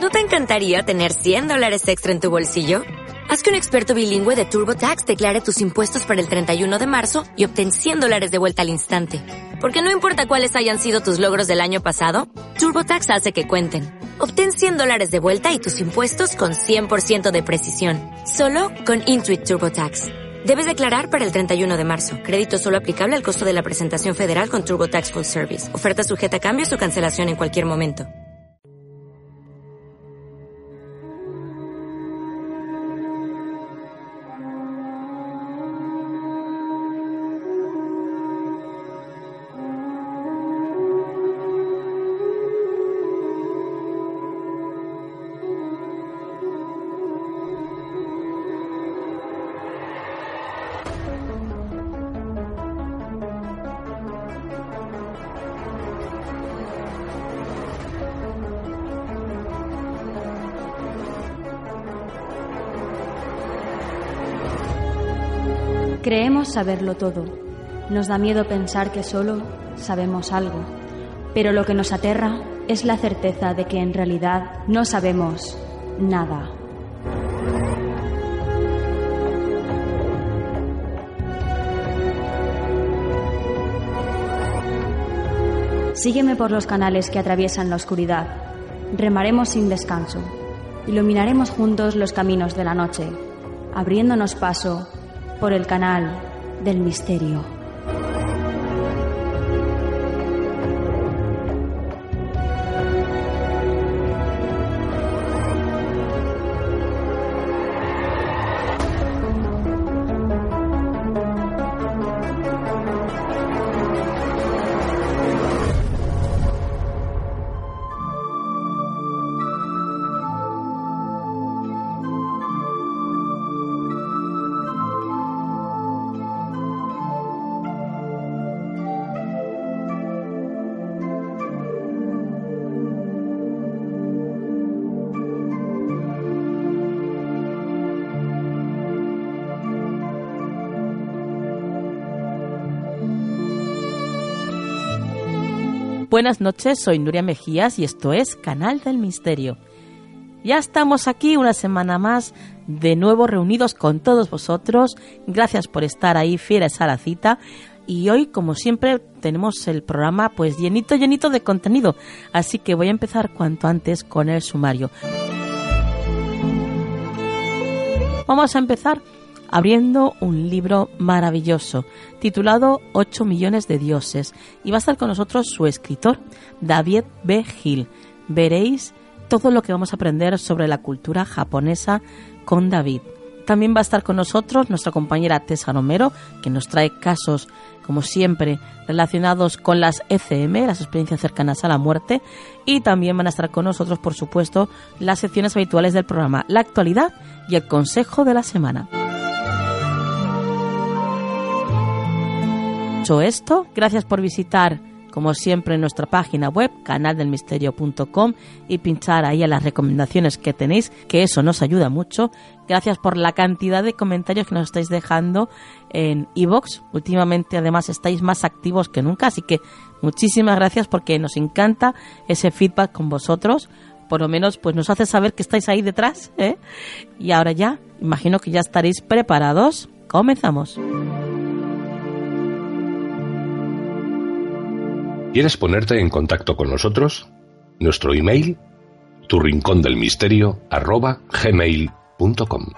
¿No te encantaría tener $100 extra en tu bolsillo? Haz que un experto bilingüe de TurboTax declare tus impuestos para el 31 de marzo y obtén $100 de vuelta al instante. Porque no importa cuáles hayan sido tus logros del año pasado, TurboTax hace que cuenten. Obtén $100 de vuelta y tus impuestos con 100% de precisión. Solo con Intuit TurboTax. Debes declarar para el 31 de marzo. Crédito solo aplicable al costo de la presentación federal con TurboTax Full Service. Oferta sujeta a cambios o cancelación en cualquier momento. Creemos saberlo todo. Nos da miedo pensar que solo sabemos algo. Pero lo que nos aterra es la certeza de que en realidad no sabemos nada. Sígueme por los canales que atraviesan la oscuridad. Remaremos sin descanso. Iluminaremos juntos los caminos de la noche, abriéndonos paso por el canal del misterio. Buenas noches, soy Nuria Mejías y esto es Canal del Misterio. Ya estamos aquí una semana más, de nuevo reunidos con todos vosotros. Gracias por estar ahí fieles a la cita. Y hoy, como siempre, tenemos el programa pues llenito de contenido. Así que voy a empezar cuanto antes con el sumario. Vamos a empezar abriendo un libro maravilloso titulado 8 millones de dioses, y va a estar con nosotros su escritor, David B. Hill. Veréis todo lo que vamos a aprender sobre la cultura japonesa con David. También va a estar con nosotros nuestra compañera Tessa Romero, que nos trae casos, como siempre, relacionados con las ECM, las experiencias cercanas a la muerte, y también van a estar con nosotros, por supuesto, las secciones habituales del programa, la actualidad y el consejo de la semana. Dicho esto, gracias por visitar, como siempre, nuestra página web, canaldelmisterio.com, y pinchar ahí a las recomendaciones que tenéis, que eso nos ayuda mucho. Gracias por la cantidad de comentarios que nos estáis dejando en iVoox. Últimamente, además, estáis más activos que nunca, así que muchísimas gracias, porque nos encanta ese feedback con vosotros. Por lo menos pues nos hace saber que estáis ahí detrás, ¿eh? Y ahora ya, imagino que ya estaréis preparados. Comenzamos. ¿Quieres ponerte en contacto con nosotros? Nuestro email, turincondelmisterio@gmail.com.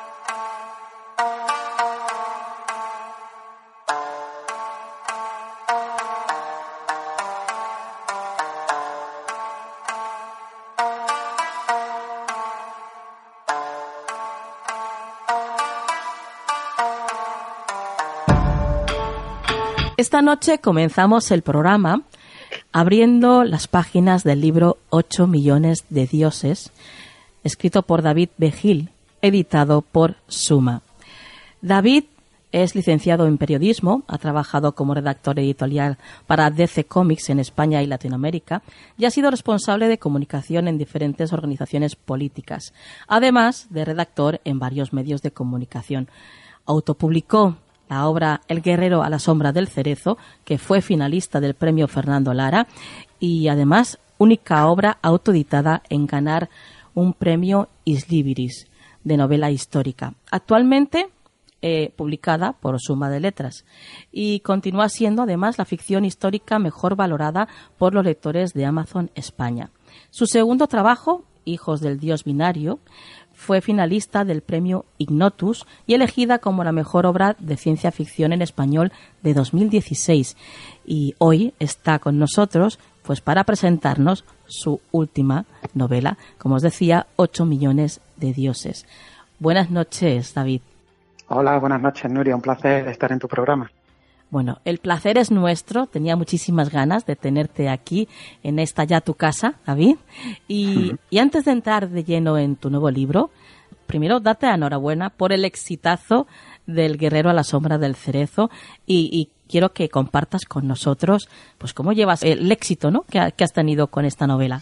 Esta noche comenzamos el programa abriendo las páginas del libro 8 millones de dioses, escrito por David B. Hill, editado por Suma. David es licenciado en periodismo, ha trabajado como redactor editorial para DC Comics en España y Latinoamérica y ha sido responsable de comunicación en diferentes organizaciones políticas, además de redactor en varios medios de comunicación. Autopublicó la obra El guerrero a la sombra del cerezo, que fue finalista del premio Fernando Lara, y además única obra autoeditada en ganar un premio Is Libiris de novela histórica. Actualmente publicada por Suma de Letras, y continúa siendo además la ficción histórica mejor valorada por los lectores de Amazon España. Su segundo trabajo, Hijos del Dios Binario, fue finalista del premio Ignotus y elegida como la mejor obra de ciencia ficción en español de 2016. Y hoy está con nosotros pues para presentarnos su última novela, como os decía, 8 millones de dioses. Buenas noches, David. Hola, buenas noches, Nuria. Un placer estar en tu programa. Bueno, el placer es nuestro. Tenía muchísimas ganas de tenerte aquí en esta ya tu casa, David. Y antes de entrar de lleno en tu nuevo libro, primero date enhorabuena por el exitazo del Guerrero a la sombra del cerezo y quiero que compartas con nosotros pues cómo llevas el éxito, ¿no?, que has tenido con esta novela.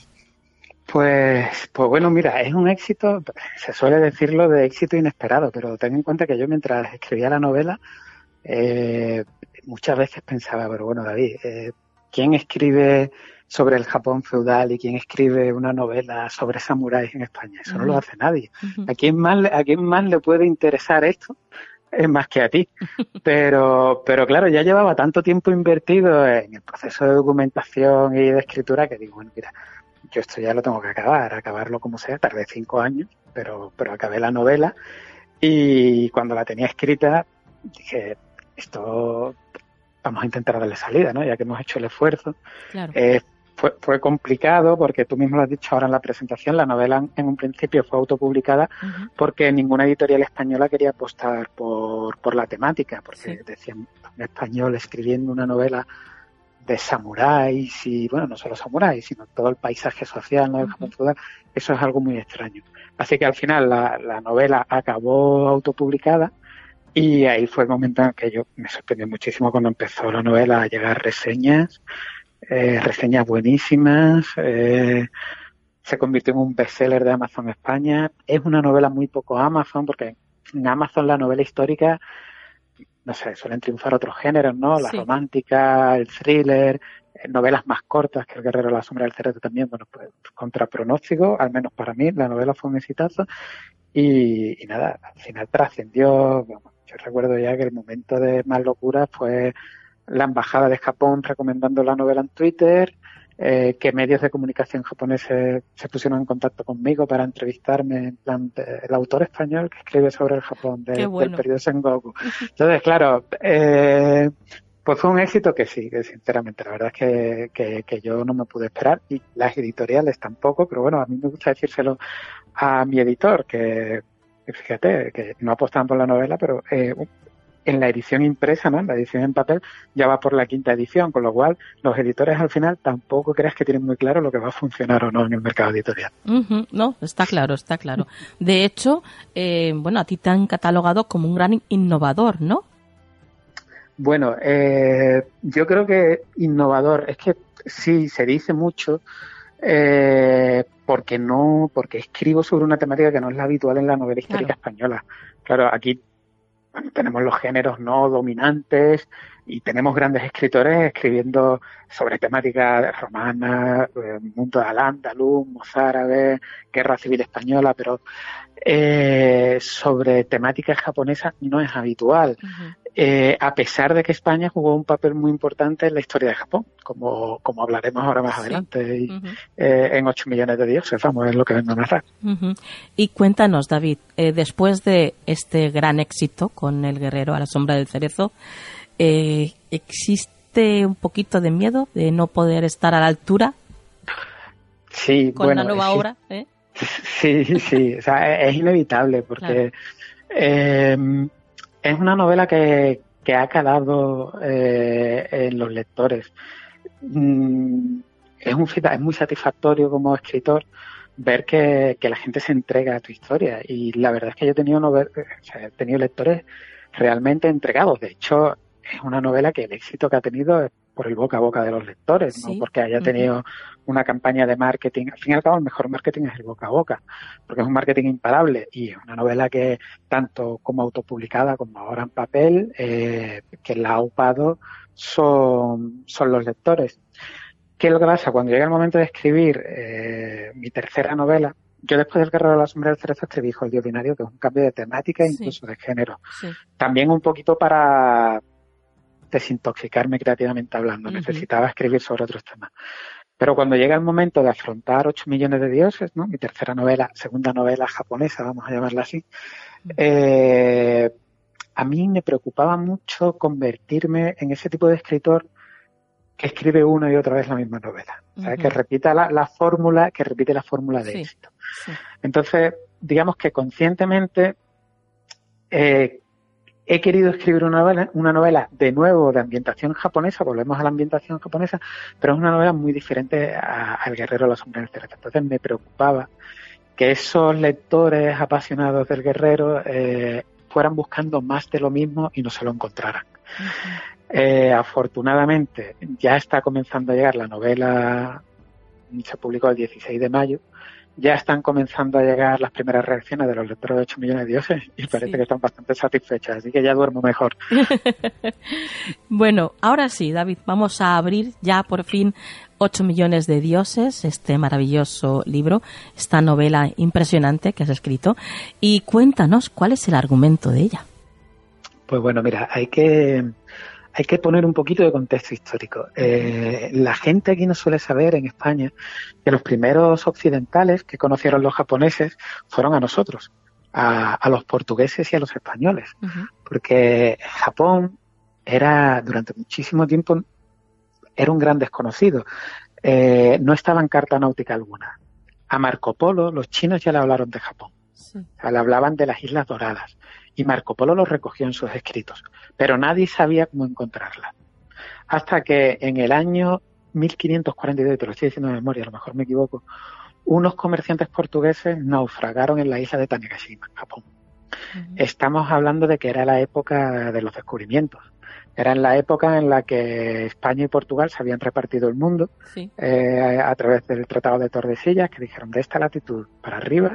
Pues bueno, mira, es un éxito, se suele decirlo de éxito inesperado, pero ten en cuenta que yo mientras escribía la novela muchas veces pensaba, pero bueno, David, ¿quién escribe sobre el Japón feudal y quién escribe una novela sobre samuráis en España? Eso no lo hace nadie. ¿A quién más le puede interesar esto? Es más que a ti. Pero claro, ya llevaba tanto tiempo invertido en el proceso de documentación y de escritura que digo, bueno, mira, yo esto ya lo tengo que acabarlo como sea. Tardé 5 años, pero acabé la novela y cuando la tenía escrita dije, esto vamos a intentar darle salida, ¿no? Ya que hemos hecho el esfuerzo. Claro. Fue complicado porque tú mismo lo has dicho ahora en la presentación, la novela en un principio fue autopublicada porque ninguna editorial española quería apostar por la temática, porque decían, un español escribiendo una novela de samuráis y, bueno, no solo samuráis, sino todo el paisaje social, ¿no?, del Japón feudal, eso es algo muy extraño. Así que al final la novela acabó autopublicada y ahí fue el momento en que yo me sorprendió muchísimo cuando empezó la novela a llegar reseñas buenísimas, se convirtió en un bestseller de Amazon España. Es una novela muy poco Amazon, porque en Amazon la novela histórica, no sé, suelen triunfar otros géneros, ¿no? La romántica, el thriller, novelas más cortas, que El Guerrero a la sombra del cerezo también, bueno, pues contra pronóstico, al menos para mí, la novela fue un exitazo y nada, al final trascendió. Bueno, yo recuerdo ya que el momento de más locura fue la embajada de Japón recomendando la novela en Twitter, que medios de comunicación japoneses se pusieron en contacto conmigo para entrevistarme, en plan, el autor español que escribe sobre el Japón del periodo Sengoku. Entonces, claro, pues fue un éxito que sí, que sinceramente, la verdad es que yo no me pude esperar y las editoriales tampoco, pero bueno, a mí me gusta decírselo a mi editor, que fíjate, que no apostaban por la novela, pero en la edición impresa, ¿no?, en la edición en papel, ya va por la 5ª edición, con lo cual los editores al final tampoco creas que tienen muy claro lo que va a funcionar o no en el mercado editorial. No, está claro, está claro. De hecho, bueno, a ti te han catalogado como un gran innovador, ¿no? Bueno, yo creo que innovador, es que sí, se dice mucho, porque escribo sobre una temática que no es la habitual en la novela histórica española. Claro, aquí tenemos los géneros no dominantes y tenemos grandes escritores escribiendo sobre temáticas romanas, mundo de Al-Ándalus, mozárabe, guerra civil española, pero sobre temáticas japonesas no es habitual. A pesar de que España jugó un papel muy importante en la historia de Japón, como hablaremos ahora más adelante, y, en 8 millones de dioses, vamos, es lo que vengo a narrar. Y cuéntanos, David, después de este gran éxito con El Guerrero a la sombra del cerezo, ¿existe un poquito de miedo de no poder estar a la altura con la nueva obra? Sí, o sea, es inevitable, porque es una novela que ha calado en los lectores. Es muy satisfactorio como escritor ver que la gente se entrega a tu historia, y la verdad es que yo he tenido lectores realmente entregados. De hecho, es una novela que el éxito que ha tenido es por el boca a boca de los lectores, no porque haya tenido una campaña de marketing. Al fin y al cabo, el mejor marketing es el boca a boca, porque es un marketing imparable, y es una novela que, tanto como autopublicada como ahora en papel, que la ha aupado son los lectores. ¿Qué es lo que pasa? Cuando llega el momento de escribir mi tercera novela, yo después del Guerrero de la Sombra del Cerezo escribí Hijo del Dios Binario, que es un cambio de temática e incluso de género. Sí. También un poquito para desintoxicarme creativamente hablando. Ujú. Necesitaba escribir sobre otros temas. Pero cuando llega el momento de afrontar 8 millones de dioses, ¿no? Mi segunda novela japonesa, vamos a llamarla así, a mí me preocupaba mucho convertirme en ese tipo de escritor que escribe una y otra vez la misma novela. ¿Sabes? Que repita la fórmula, de éxito. Sí. Entonces, digamos que conscientemente he querido escribir una novela de nuevo de ambientación japonesa, volvemos a la ambientación japonesa, pero es una novela muy diferente al Guerrero de la Sombra del Cerezo. Entonces me preocupaba que esos lectores apasionados del Guerrero fueran buscando más de lo mismo y no se lo encontraran. Afortunadamente ya está comenzando a llegar la novela, se publicó el 16 de mayo, ya están comenzando a llegar las primeras reacciones de los lectores de 8 millones de dioses y parece que están bastante satisfechas, así que ya duermo mejor. Bueno, ahora sí, David, vamos a abrir ya por fin 8 millones de dioses, este maravilloso libro, esta novela impresionante que has escrito, y cuéntanos cuál es el argumento de ella. Pues bueno, mira, hay que poner un poquito de contexto histórico. La gente aquí no suele saber en España que los primeros occidentales que conocieron los japoneses fueron a nosotros, a los portugueses y a los españoles. Porque Japón durante muchísimo tiempo, era un gran desconocido. No estaba en carta náutica alguna. A Marco Polo, los chinos ya le hablaron de Japón. Sí. O sea, le hablaban de las Islas Doradas. Y Marco Polo lo recogió en sus escritos, pero nadie sabía cómo encontrarla. Hasta que en el año 1542, te lo estoy diciendo de memoria, a lo mejor me equivoco, unos comerciantes portugueses naufragaron en la isla de Tanegashima, en Japón. Estamos hablando de que era la época de los descubrimientos. Era en la época en la que España y Portugal se habían repartido el mundo a través del Tratado de Tordesillas, que dijeron de esta latitud para arriba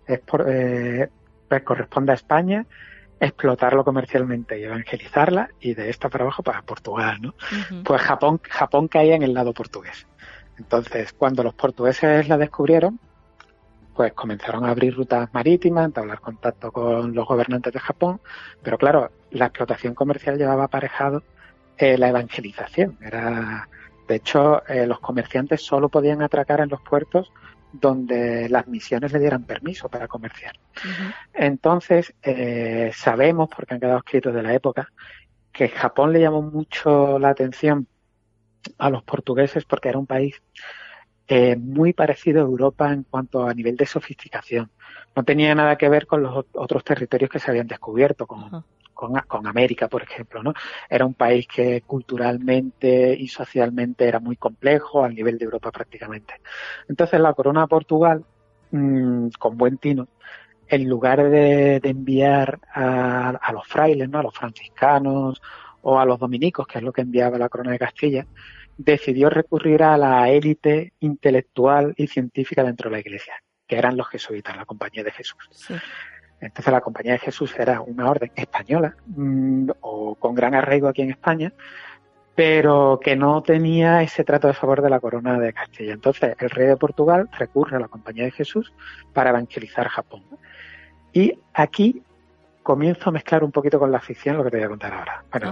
pues corresponde a España explotarlo comercialmente y evangelizarla, y de esta para abajo para Portugal, ¿no? Pues Japón caía en el lado portugués. Entonces, cuando los portugueses la descubrieron, pues comenzaron a abrir rutas marítimas, a entablar contacto con los gobernantes de Japón, pero claro, la explotación comercial llevaba aparejado la evangelización. De hecho, los comerciantes solo podían atracar en los puertos donde las misiones le dieran permiso para comerciar. Entonces, sabemos, porque han quedado escritos de la época, que Japón le llamó mucho la atención a los portugueses porque era un país muy parecido a Europa en cuanto a nivel de sofisticación. No tenía nada que ver con los otros territorios que se habían descubierto, con América, por ejemplo, ¿no? Era un país que culturalmente y socialmente era muy complejo, al nivel de Europa prácticamente. Entonces la corona de Portugal, con buen tino, en lugar de enviar a los frailes, ¿no? A los franciscanos o a los dominicos, que es lo que enviaba la corona de Castilla, decidió recurrir a la élite intelectual y científica dentro de la Iglesia, que eran los jesuitas, la Compañía de Jesús. Sí. Entonces la Compañía de Jesús era una orden española o con gran arraigo aquí en España, pero que no tenía ese trato de favor de la corona de Castilla. Entonces el rey de Portugal recurre a la Compañía de Jesús para evangelizar Japón. Y aquí comienzo a mezclar un poquito con la ficción lo que te voy a contar ahora. Bueno,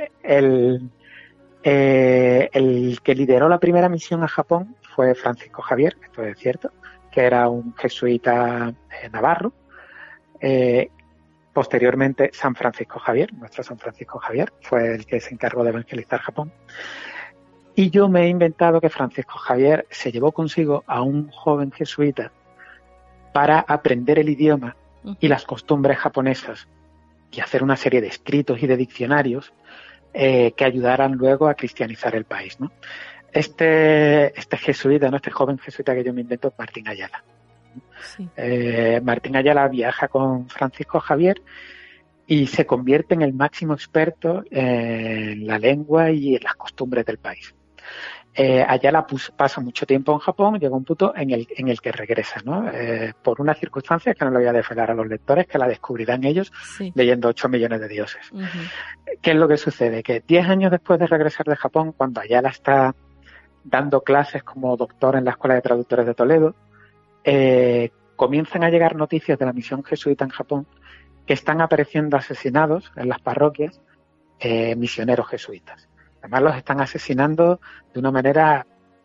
el que lideró la primera misión a Japón fue Francisco Javier, esto es cierto, que era un jesuita navarro. Posteriormente San Francisco Javier, nuestro San Francisco Javier, fue el que se encargó de evangelizar Japón. Y yo me he inventado que Francisco Javier se llevó consigo a un joven jesuita para aprender el idioma y las costumbres japonesas y hacer una serie de escritos y de diccionarios que ayudaran luego a cristianizar el país, ¿no? Este jesuita, ¿no? Este joven jesuita que yo me invento es Martín Ayala. Sí. Martín Ayala viaja con Francisco Javier y se convierte en el máximo experto en la lengua y en las costumbres del país. Ayala pasa mucho tiempo en Japón, llega un punto en el que regresa, ¿no? Por unas circunstancias que no le voy a desvelar a los lectores, que la descubrirán ellos leyendo 8 millones de dioses. ¿Qué es lo que sucede? Que 10 años después de regresar de Japón, cuando Ayala está dando clases como doctor en la Escuela de Traductores de Toledo, comienzan a llegar noticias de la misión jesuita en Japón que están apareciendo asesinados en las parroquias misioneros jesuitas. Además los están asesinando de una manera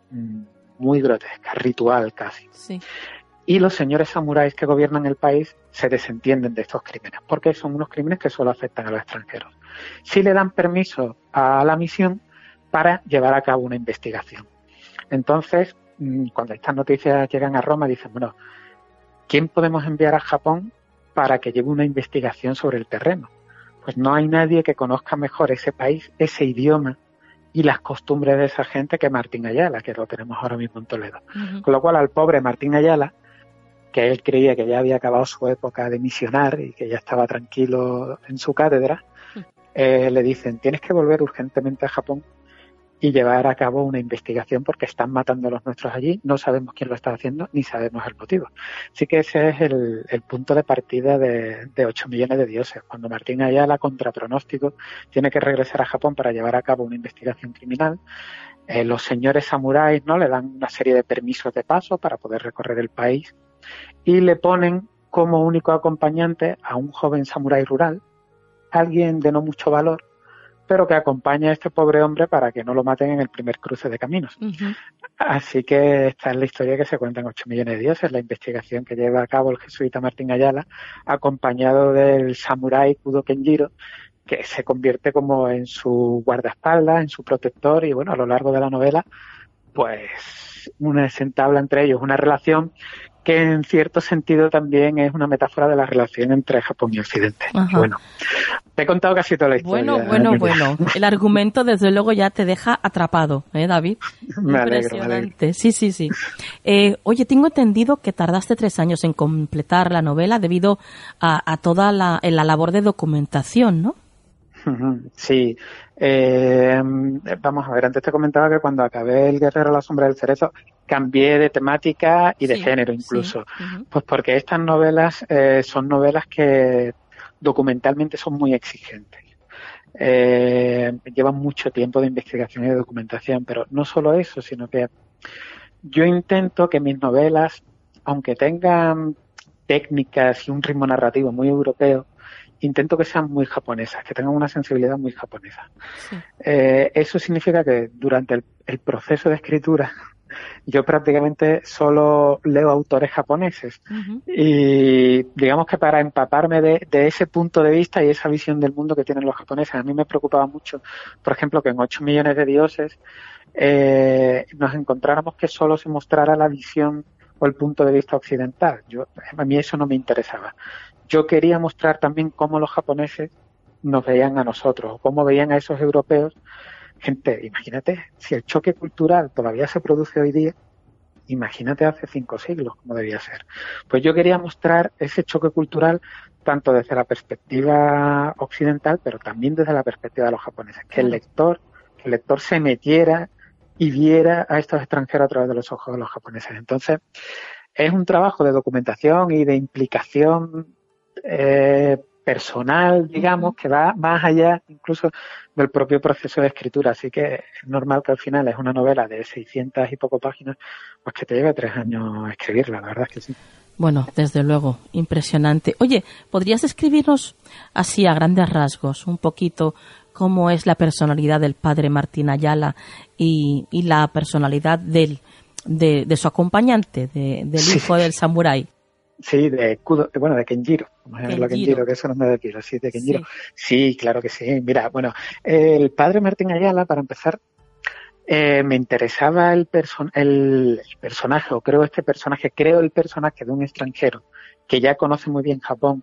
muy grotesca, ritual casi. Sí. Y los señores samuráis que gobiernan el país se desentienden de estos crímenes, porque son unos crímenes que solo afectan a los extranjeros. Sí le dan permiso a la misión para llevar a cabo una investigación. Entonces, cuando estas noticias llegan a Roma, dicen, bueno, ¿quién podemos enviar a Japón para que lleve una investigación sobre el terreno? Pues no hay nadie que conozca mejor ese país, ese idioma y las costumbres de esa gente que Martín Ayala, que lo tenemos ahora mismo en Toledo. Uh-huh. Con lo cual al pobre Martín Ayala, que él creía que ya había acabado su época de misionar y que ya estaba tranquilo en su cátedra, le dicen, tienes que volver urgentemente a Japón y llevar a cabo una investigación porque están matando a los nuestros allí, no sabemos quién lo está haciendo ni sabemos el motivo. Así que ese es el punto de partida de 8 millones de dioses. Cuando Martín Ayala, contra pronóstico, tiene que regresar a Japón para llevar a cabo una investigación criminal, los señores samuráis, ¿no?, le dan una serie de permisos de paso para poder recorrer el país y le ponen como único acompañante a un joven samurái rural, alguien de no mucho valor, pero que acompaña a este pobre hombre para que no lo maten en el primer cruce de caminos. Uh-huh. Así que esta es la historia que se cuenta en 8 millones de dioses, la investigación que lleva a cabo el jesuita Martín Ayala, acompañado del samurái Kudo Kenjiro, que se convierte como en su guardaespaldas, en su protector, y bueno, a lo largo de la novela, pues se entabla entre ellos una relación que en cierto sentido también es una metáfora de la relación entre Japón y Occidente. Ajá. Bueno, te he contado casi toda la historia. Bueno. El argumento desde luego ya te deja atrapado, David. Me alegro. Sí. Oye, tengo entendido que tardaste 3 años en completar la novela debido a toda la labor de documentación, ¿no? Sí. Vamos a ver, antes te comentaba que cuando acabé El guerrero a la sombra del cerezo cambié de temática y de género incluso. Sí. Uh-huh. Pues porque estas novelas son novelas que documentalmente son muy exigentes. Llevan mucho tiempo de investigación y de documentación, pero no solo eso, sino que yo intento que mis novelas, aunque tengan técnicas y un ritmo narrativo muy europeo, intento que sean muy japonesas, que tengan una sensibilidad muy japonesa. Sí. Eso significa que durante el proceso de escritura yo prácticamente solo leo autores japoneses. Uh-huh. Y digamos que para empaparme de ese punto de vista y esa visión del mundo que tienen los japoneses, a mí me preocupaba mucho, por ejemplo, que en 8 millones de dioses nos encontráramos que solo se mostrara la visión o el punto de vista occidental. A mí eso no me interesaba. Yo quería mostrar también cómo los japoneses nos veían a nosotros, cómo veían a esos europeos. Gente, imagínate, si el choque cultural todavía se produce hoy día, imagínate hace 5 siglos cómo debía ser. Pues yo quería mostrar ese choque cultural tanto desde la perspectiva occidental, pero también desde la perspectiva de los japoneses. Que el lector se metiera y viera a estos extranjeros a través de los ojos de los japoneses. Entonces, es un trabajo de documentación y de implicación personal, digamos, que va más allá incluso del propio proceso de escritura. Así que es normal que al final es una novela de 600 y poco páginas, pues que te lleve 3 años escribirla, la verdad es que sí. Bueno, desde luego, impresionante. Oye, ¿podrías escribirnos así a grandes rasgos un poquito cómo es la personalidad del padre Martín Ayala y la personalidad de su acompañante, del hijo del samurái? Sí, de Kenjiro. Vamos a llamarlo Kenjiro, que eso no me da pilo. Sí, de Kenjiro. Sí, claro que sí. Mira, bueno, el padre Martín Ayala, para empezar, me interesaba el personaje, o creo el personaje de un extranjero que ya conoce muy bien Japón,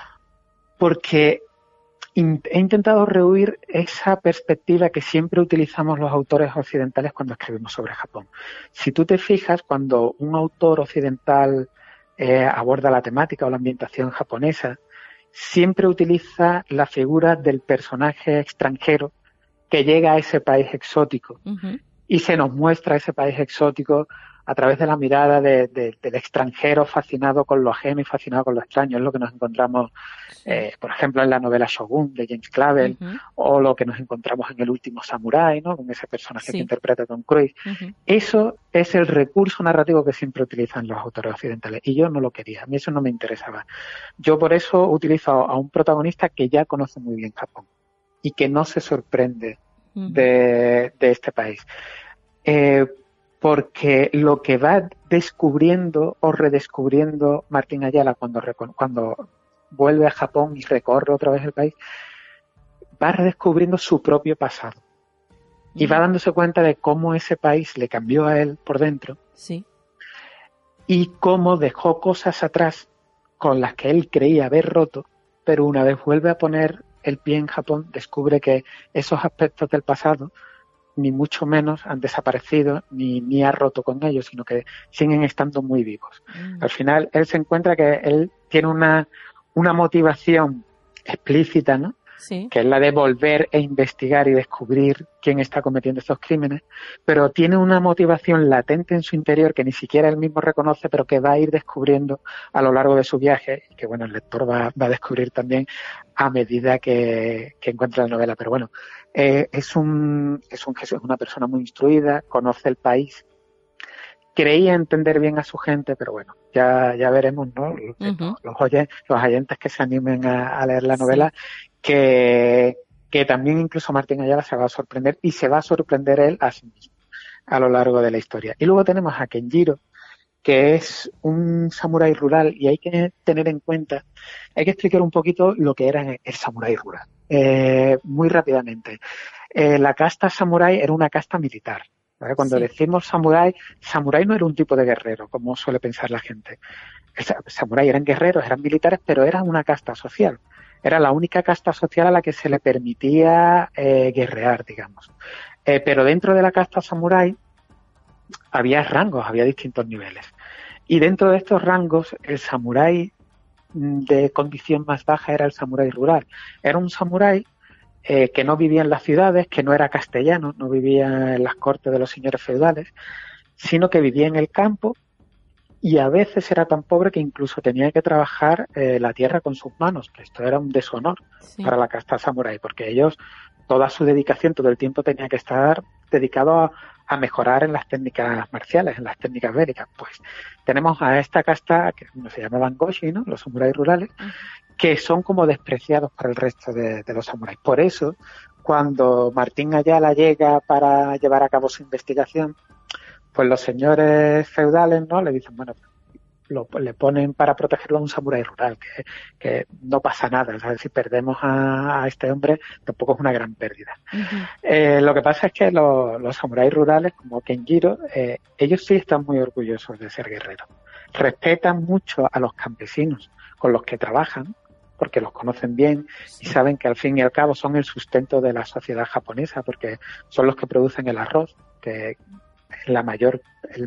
porque he intentado rehuir esa perspectiva que siempre utilizamos los autores occidentales cuando escribimos sobre Japón. Si tú te fijas, cuando un autor occidental aborda la temática o la ambientación japonesa, siempre utiliza la figura del personaje extranjero que llega a ese país exótico. Uh-huh. Y se nos muestra ese país exótico a través de la mirada del extranjero fascinado con lo ajeno y fascinado con lo extraño. Es lo que nos encontramos, por ejemplo, en la novela Shogun de James Clavell, o lo que nos encontramos en El último samurái, ¿no? Con ese personaje que interpreta Tom Cruise. Eso es el recurso narrativo que siempre utilizan los autores occidentales, y yo no lo quería, a mí eso no me interesaba. Yo por eso utilizo a un protagonista que ya conoce muy bien Japón y que no se sorprende de este país. Porque lo que va descubriendo o redescubriendo Martín Ayala cuando vuelve a Japón y recorre otra vez el país, va redescubriendo su propio pasado. Y va dándose cuenta de cómo ese país le cambió a él por dentro. Sí. Y cómo dejó cosas atrás con las que él creía haber roto, pero una vez vuelve a poner el pie en Japón, descubre que esos aspectos del pasado ni mucho menos han desaparecido, ni ha roto con ellos, sino que siguen estando muy vivos. Al final, él se encuentra que él tiene una motivación explícita, ¿no? Sí. Que es la de volver e investigar y descubrir quién está cometiendo estos crímenes, pero tiene una motivación latente en su interior que ni siquiera él mismo reconoce, pero que va a ir descubriendo a lo largo de su viaje, y que bueno, el lector va a descubrir también a medida que encuentra la novela. Pero bueno, es una persona muy instruida, conoce el país, creía entender bien a su gente, pero bueno, ya veremos, ¿no? Los oyentes que se animen a leer la novela, que también incluso Martín Ayala se va a sorprender, y se va a sorprender él a sí mismo a lo largo de la historia. Y luego tenemos a Kenjiro, que es un samurái rural, y hay que tener en cuenta, hay que explicar un poquito lo que era el samurái rural. Muy rápidamente. La casta samurái era una casta militar. ¿Vale? Cuando decimos samurái no era un tipo de guerrero, como suele pensar la gente. Samurái eran guerreros, eran militares, pero eran una casta social. Era la única casta social a la que se le permitía guerrear, digamos. Pero dentro de la casta samurái había rangos, había distintos niveles. Y dentro de estos rangos, el samurái de condición más baja era el samurái rural. Era un samurái que no vivía en las ciudades, que no era castellano, no vivía en las cortes de los señores feudales, sino que vivía en el campo, y a veces era tan pobre que incluso tenía que trabajar la tierra con sus manos, que esto era un deshonor para la casta samurái, porque ellos, toda su dedicación, todo el tiempo tenía que estar dedicado a mejorar en las técnicas marciales, en las técnicas bélicas. Pues tenemos a esta casta que se llamaban Goshi, ¿no? Los samuráis rurales, que son como despreciados por el resto de los samuráis. Por eso, cuando Martín Ayala llega para llevar a cabo su investigación, pues los señores feudales, ¿no? Le dicen, bueno, le ponen para protegerlo a un samurái rural, que no pasa nada, ¿sabes? Si perdemos a este hombre, tampoco es una gran pérdida. Lo que pasa es que los samuráis rurales, como Kenjiro, ellos sí están muy orgullosos de ser guerreros. Respetan mucho a los campesinos con los que trabajan, porque los conocen bien y saben que al fin y al cabo son el sustento de la sociedad japonesa, porque son los que producen el arroz, que la mayor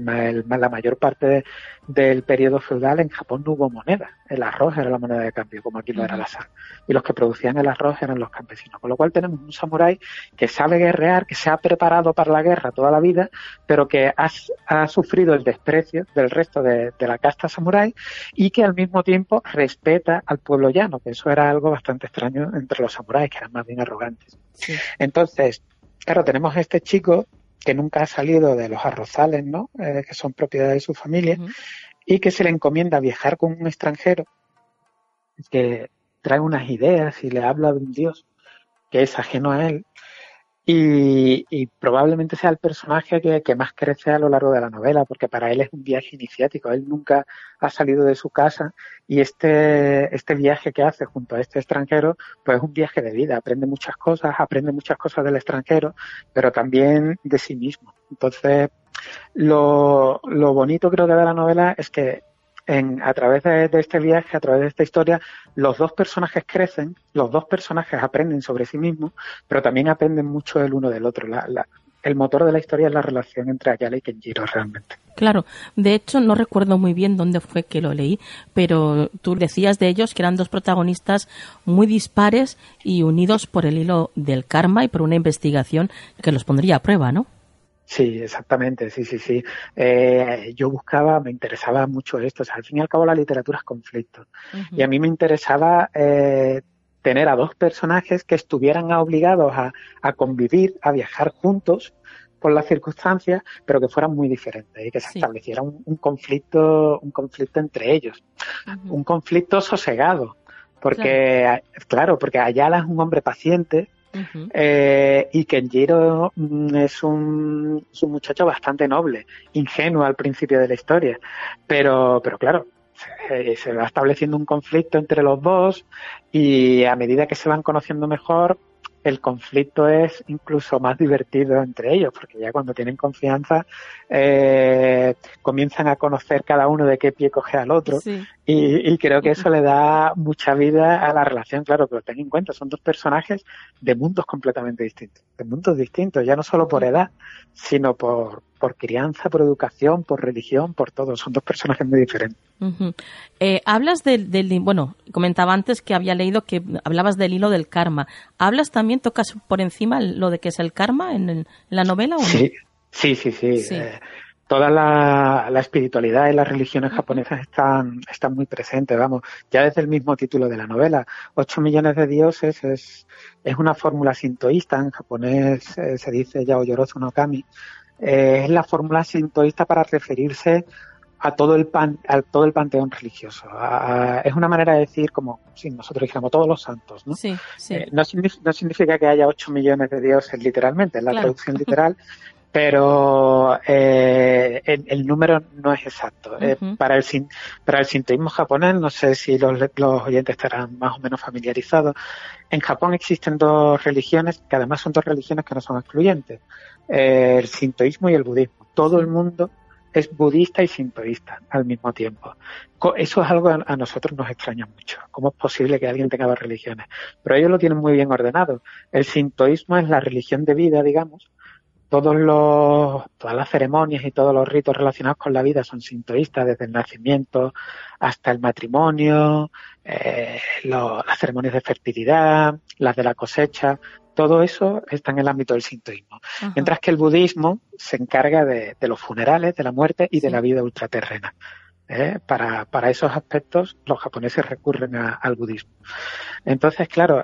parte del periodo feudal en Japón no hubo moneda. El arroz era la moneda de cambio, como aquí lo era la sal. Y los que producían el arroz eran los campesinos. Con lo cual tenemos un samurái que sabe guerrear, que se ha preparado para la guerra toda la vida, pero que ha sufrido el desprecio del resto de la casta samurái, y que al mismo tiempo respeta al pueblo llano, que eso era algo bastante extraño entre los samuráis, que eran más bien arrogantes. Sí. Entonces, claro, tenemos a este chico que nunca ha salido de los arrozales, ¿no? Que son propiedad de su familia, y que se le encomienda viajar con un extranjero que trae unas ideas y le habla de un dios que es ajeno a él, y probablemente sea el personaje que más crece a lo largo de la novela, porque para él es un viaje iniciático. Él nunca ha salido de su casa, y este viaje que hace junto a este extranjero, pues es un viaje de vida. Aprende muchas cosas del extranjero, pero también de sí mismo. Entonces, lo bonito, creo que, de la novela es que a través de este viaje, a través de esta historia, los dos personajes crecen, los dos personajes aprenden sobre sí mismos, pero también aprenden mucho el uno del otro. El motor de la historia es la relación entre Ayala y Kenjiro, realmente. Claro, de hecho no recuerdo muy bien dónde fue que lo leí, pero tú decías de ellos que eran dos protagonistas muy dispares y unidos por el hilo del karma y por una investigación que los pondría a prueba, ¿no? Sí, exactamente, sí. Yo me interesaba mucho esto. O sea, al fin y al cabo la literatura es conflicto. Y a mí me interesaba tener a dos personajes que estuvieran obligados a convivir, a viajar juntos por las circunstancias, pero que fueran muy diferentes y que se estableciera un conflicto entre ellos. Un conflicto sosegado. Porque, porque Ayala es un hombre paciente. Y Kenjiro es un muchacho bastante noble, ingenuo al principio de la historia, pero claro, se va estableciendo un conflicto entre los dos y a medida que se van conociendo mejor, el conflicto es incluso más divertido entre ellos, porque ya cuando tienen confianza comienzan a conocer cada uno de qué pie coge al otro, y creo que eso le da mucha vida a la relación. Claro, pero ten en cuenta, son dos personajes de mundos completamente distintos, ya no solo por edad, sino por crianza, por educación, por religión, por todo. Son dos personajes muy diferentes. Hablas bueno, comentaba antes que había leído que hablabas del hilo del karma. ¿Hablas también, tocas por encima lo de qué es el karma en la novela o no? Sí. Toda la espiritualidad y las religiones japonesas están muy presentes, vamos, ya desde el mismo título de la novela. 8 millones de dioses es una fórmula sintoísta, en japonés se dice Yaoyorozu no Kami. Es la fórmula sintoísta para referirse a todo el panteón religioso. Es una manera de decir como si nosotros dijéramos todos los santos, ¿no? Sí. No significa que haya 8 millones de dioses literalmente, es la traducción literal, pero el número no es exacto. Para el sintoísmo japonés, no sé si los oyentes estarán más o menos familiarizados, en Japón existen dos religiones, que además son dos religiones que no son excluyentes, el sintoísmo y el budismo. Todo el mundo es budista y sintoísta al mismo tiempo. Eso es algo a nosotros nos extraña mucho. ¿Cómo es posible que alguien tenga dos religiones? Pero ellos lo tienen muy bien ordenado. El sintoísmo es la religión de vida, digamos. Todas las ceremonias y todos los ritos relacionados con la vida son sintoístas, desde el nacimiento hasta el matrimonio, las ceremonias de fertilidad, las de la cosecha, todo eso está en el ámbito del sintoísmo. Ajá. Mientras que el budismo se encarga de los funerales, de la muerte y de la vida ultraterrena. Para esos aspectos los japoneses recurren al budismo. Entonces, claro,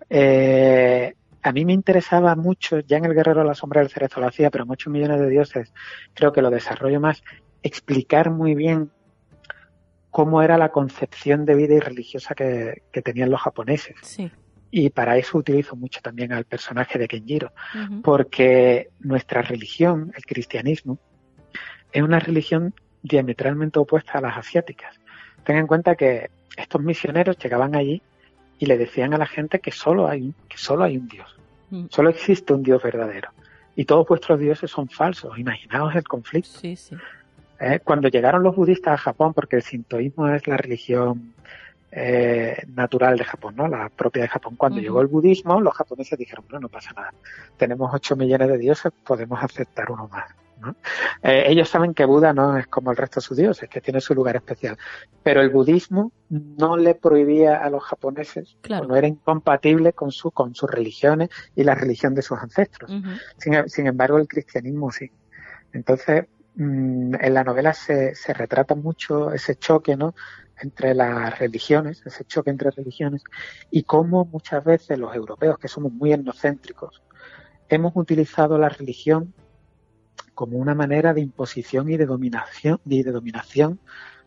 a mí me interesaba mucho, ya en El guerrero de la sombra del cerezo lo hacía, pero en 8 millones de dioses creo que lo desarrollo más, explicar muy bien cómo era la concepción de vida y religiosa que tenían los japoneses. Sí. Y para eso utilizo mucho también al personaje de Kenjiro, porque nuestra religión, el cristianismo, es una religión diametralmente opuesta a las asiáticas. Ten en cuenta que estos misioneros llegaban allí y le decían a la gente que solo hay un Dios, solo existe un Dios verdadero y todos vuestros dioses son falsos. Imaginaos el conflicto. Sí. Cuando llegaron los budistas a Japón, porque el sintoísmo es la religión natural de Japón, ¿no? La propia de Japón. Cuando llegó el budismo, los japoneses dijeron, no pasa nada, tenemos 8 millones de dioses, podemos aceptar uno más, ¿no? Ellos saben que Buda no es como el resto de sus dioses, que tiene su lugar especial, pero el budismo no le prohibía a los japoneses, claro, no era incompatible con sus religiones y la religión de sus ancestros. Sin embargo, el cristianismo sí. Entonces, en la novela se retrata mucho ese choque, ¿no?, entre las religiones, ese choque entre religiones, y cómo muchas veces los europeos, que somos muy etnocéntricos, hemos utilizado la religión como una manera de imposición y de dominación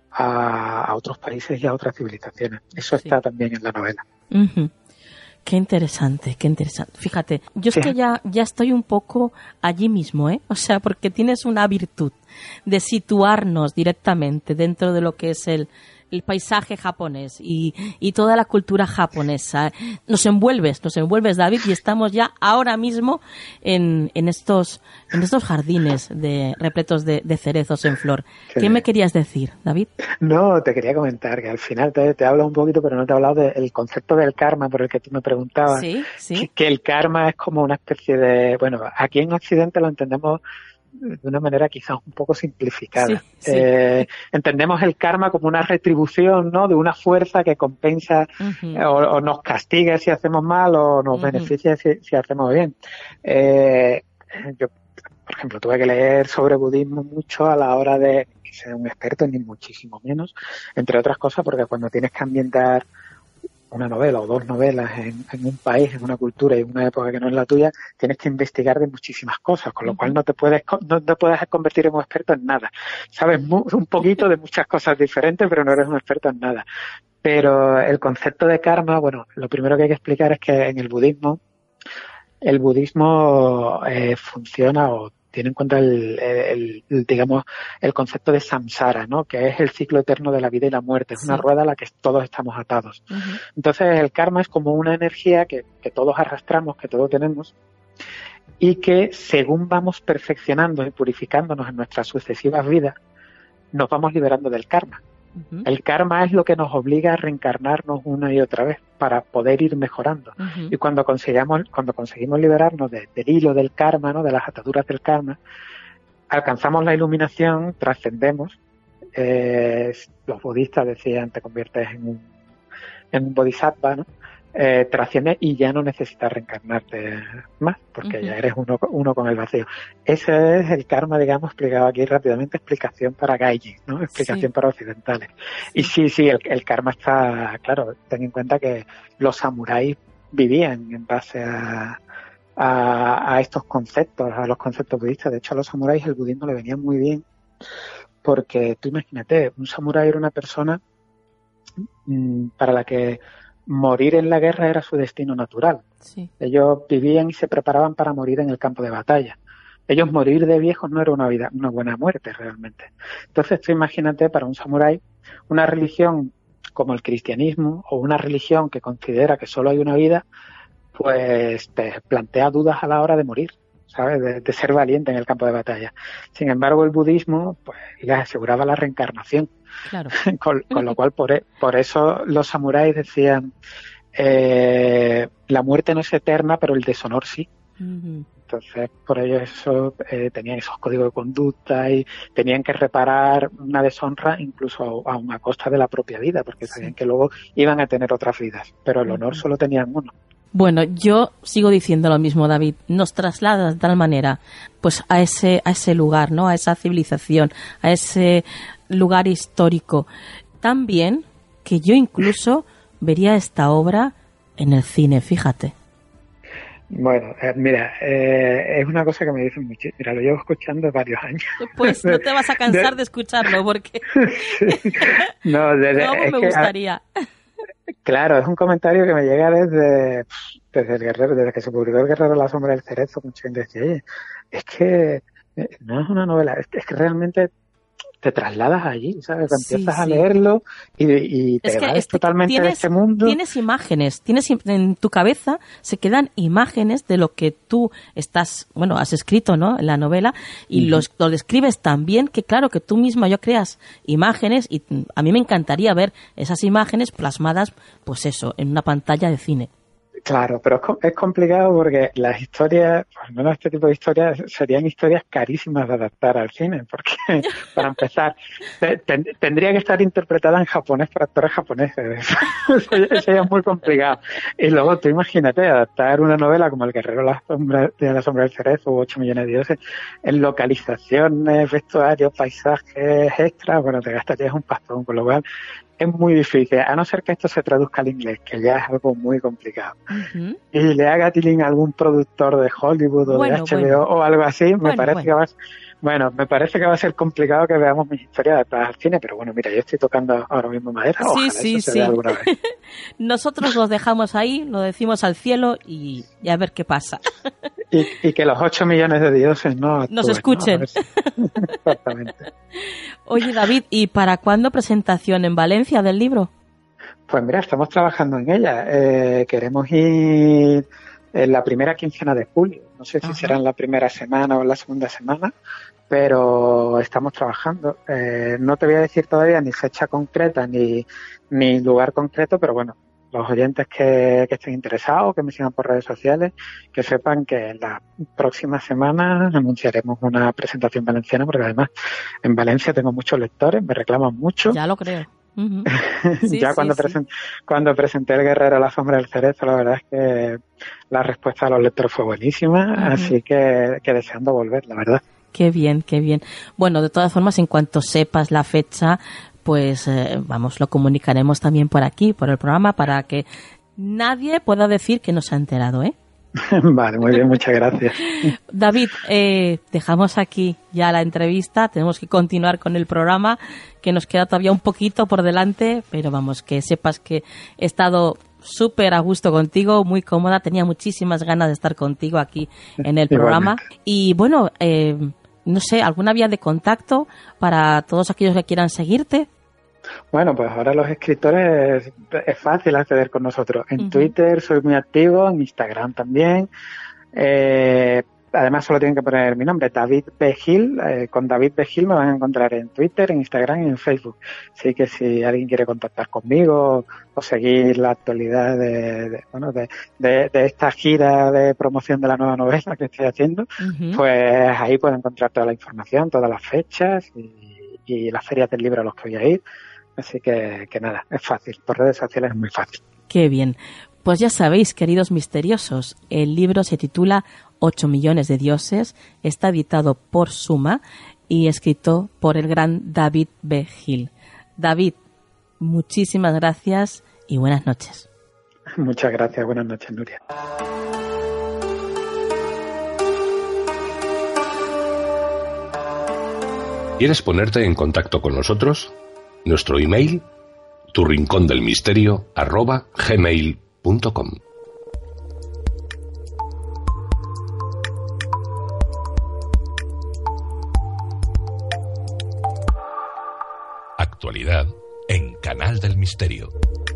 a otros países y a otras civilizaciones. Eso está también en la novela. Qué interesante. Fíjate, yo es que ya estoy un poco allí mismo, O sea, porque tienes una virtud de situarnos directamente dentro de lo que es el paisaje japonés y toda la cultura japonesa. Nos envuelves, David, y estamos ya ahora mismo en estos jardines repletos de cerezos en flor. Sí. ¿Qué me querías decir, David? No, te quería comentar que al final te hablo un poquito, pero no te he hablado del concepto del karma por el que tú me preguntabas. Sí. Que el karma es como una especie de... Bueno, aquí en Occidente lo entendemos de una manera quizás un poco simplificada. Sí. Entendemos el karma como una retribución, ¿no?, de una fuerza que compensa o nos castiga si hacemos mal o nos beneficia si hacemos bien. por ejemplo, tuve que leer sobre budismo mucho a la hora de ser un experto, ni muchísimo menos, entre otras cosas, porque cuando tienes que ambientar una novela o dos novelas en un país, en una cultura y en una época que no es la tuya, tienes que investigar de muchísimas cosas, con lo cual no te puedes convertir en un experto en nada. Sabes un poquito de muchas cosas diferentes, pero no eres un experto en nada. Pero el concepto de karma, bueno, lo primero que hay que explicar es que en el budismo funciona o tiene en cuenta digamos, el concepto de samsara, ¿no? Que es el ciclo eterno de la vida y la muerte. Es una rueda a la que todos estamos atados. Entonces, el karma es como una energía que todos arrastramos, que todos tenemos, y que según vamos perfeccionando y purificándonos en nuestras sucesivas vidas, nos vamos liberando del karma. El karma es lo que nos obliga a reencarnarnos una y otra vez para poder ir mejorando. Y cuando conseguimos liberarnos del hilo del karma, ¿no? De las ataduras del karma, alcanzamos la iluminación, trascendemos. Los budistas decían, te conviertes en un bodhisattva, ¿no? Trasciendes y ya no necesitas reencarnarte más, porque ya eres uno con el vacío. Ese es el karma, digamos, explicado aquí rápidamente, explicación para gaijin, ¿no? Explicación para occidentales. Y sí, el karma está, claro, ten en cuenta que los samuráis vivían en base a estos conceptos, a los conceptos budistas. De hecho, a los samuráis el budismo le venía muy bien, porque tú imagínate, un samurái era una persona para la que morir en la guerra era su destino natural. Sí. Ellos vivían y se preparaban para morir en el campo de batalla. Ellos morir de viejos no era una buena muerte realmente. Entonces tú imagínate para un samurái una religión como el cristianismo o una religión que considera que solo hay una vida, pues te plantea dudas a la hora de morir, ¿sabes? De ser valiente en el campo de batalla. Sin embargo, el budismo pues les aseguraba la reencarnación. Claro. con lo cual, por eso los samuráis decían la muerte no es eterna, pero el deshonor sí. Entonces, por ello tenían esos códigos de conducta y tenían que reparar una deshonra incluso aún a costa de la propia vida, porque sabían que luego iban a tener otras vidas, pero el honor solo tenían uno. Bueno, yo sigo diciendo lo mismo, David. Nos traslada de tal manera, pues a ese lugar, ¿no? A esa civilización, a ese lugar histórico. Tan bien que yo incluso vería esta obra en el cine, fíjate. Bueno, mira, es una cosa que me dicen mucho. Mira, lo llevo escuchando varios años. Pues no te vas a cansar de escucharlo, porque sí. No, me gustaría. Claro, es un comentario que me llega desde el Guerrero, desde que se publicó El Guerrero de la Sombra del Cerezo. Mucha gente decía, oye, es que no es una novela, es que realmente te trasladas allí, ¿sabes? Empiezas a leerlo y te vas totalmente de este mundo. Tienes imágenes, en tu cabeza se quedan imágenes de lo que tú has escrito, ¿no? En la novela, y lo describes tan bien que claro que tú misma creas imágenes, y a mí me encantaría ver esas imágenes plasmadas, pues eso, en una pantalla de cine. Claro, pero es complicado porque las historias, al menos este tipo de historias, serían historias carísimas de adaptar al cine, porque para empezar, tendría que estar interpretada en japonés por actores japoneses. Sería muy complicado. Y luego tú imagínate adaptar una novela como El Guerrero de la Sombra del Cerezo o 8 millones de dioses en localizaciones, vestuarios, paisajes extras, bueno, te gastarías un pastón, con lo cual es muy difícil, a no ser que esto se traduzca al inglés, que ya es algo muy complicado. Y le haga tilín a algún productor de Hollywood o de HBO o algo así, me parece que va a ser complicado que veamos mis historias adaptadas al cine, pero bueno, mira, yo estoy tocando ahora mismo madera, ojalá eso se vea alguna vez. Nosotros los dejamos ahí, lo decimos al cielo y a ver qué pasa. Y que los 8 millones de dioses nos escuchen. ¿No? Exactamente. Oye, David, ¿y para cuándo presentación en Valencia del libro? Pues mira, estamos trabajando en ella. Queremos ir en la primera quincena de julio. No sé si será en la primera semana o en la segunda semana, pero estamos trabajando. No te voy a decir todavía ni fecha concreta ni lugar concreto, pero bueno, los oyentes que estén interesados, que me sigan por redes sociales, que sepan que en la próxima semana anunciaremos una presentación valenciana, porque además en Valencia tengo muchos lectores, me reclaman mucho. Ya lo creo. Uh-huh. Sí, Ya cuando presenté El Guerrero a la sombra del cerezo, la verdad es que la respuesta de los lectores fue buenísima, así que deseando volver, la verdad. Qué bien, qué bien. Bueno, de todas formas, en cuanto sepas la fecha, pues lo comunicaremos también por aquí, por el programa, para que nadie pueda decir que no se ha enterado, ¿eh? Vale, muy bien, muchas gracias. David, dejamos aquí ya la entrevista, tenemos que continuar con el programa, que nos queda todavía un poquito por delante, pero vamos, que sepas que he estado súper a gusto contigo, muy cómoda, tenía muchísimas ganas de estar contigo aquí en el programa. Y bueno, no sé, ¿alguna vía de contacto para todos aquellos que quieran seguirte? Bueno, pues ahora los escritores es fácil acceder con nosotros. En Twitter soy muy activo, en Instagram también. Además solo tienen que poner mi nombre, David B. Gil. Con David B. Gil me van a encontrar en Twitter, en Instagram y en Facebook. Así que si alguien quiere contactar conmigo o seguir la actualidad de esta gira de promoción de la nueva novela que estoy haciendo, pues ahí pueden encontrar toda la información, todas las fechas y las ferias del libro a los que voy a ir. Así que nada, es fácil. Por redes sociales es muy fácil. Qué bien. Pues ya sabéis, queridos misteriosos, el libro se titula 8 millones de dioses, está editado por Suma y escrito por el gran David B. Gil. David, muchísimas gracias y buenas noches. Muchas gracias, buenas noches, Nuria. ¿Quieres ponerte en contacto con nosotros? Nuestro email, turincondelmisterio@gmail.com. Actualidad en Canal del Misterio.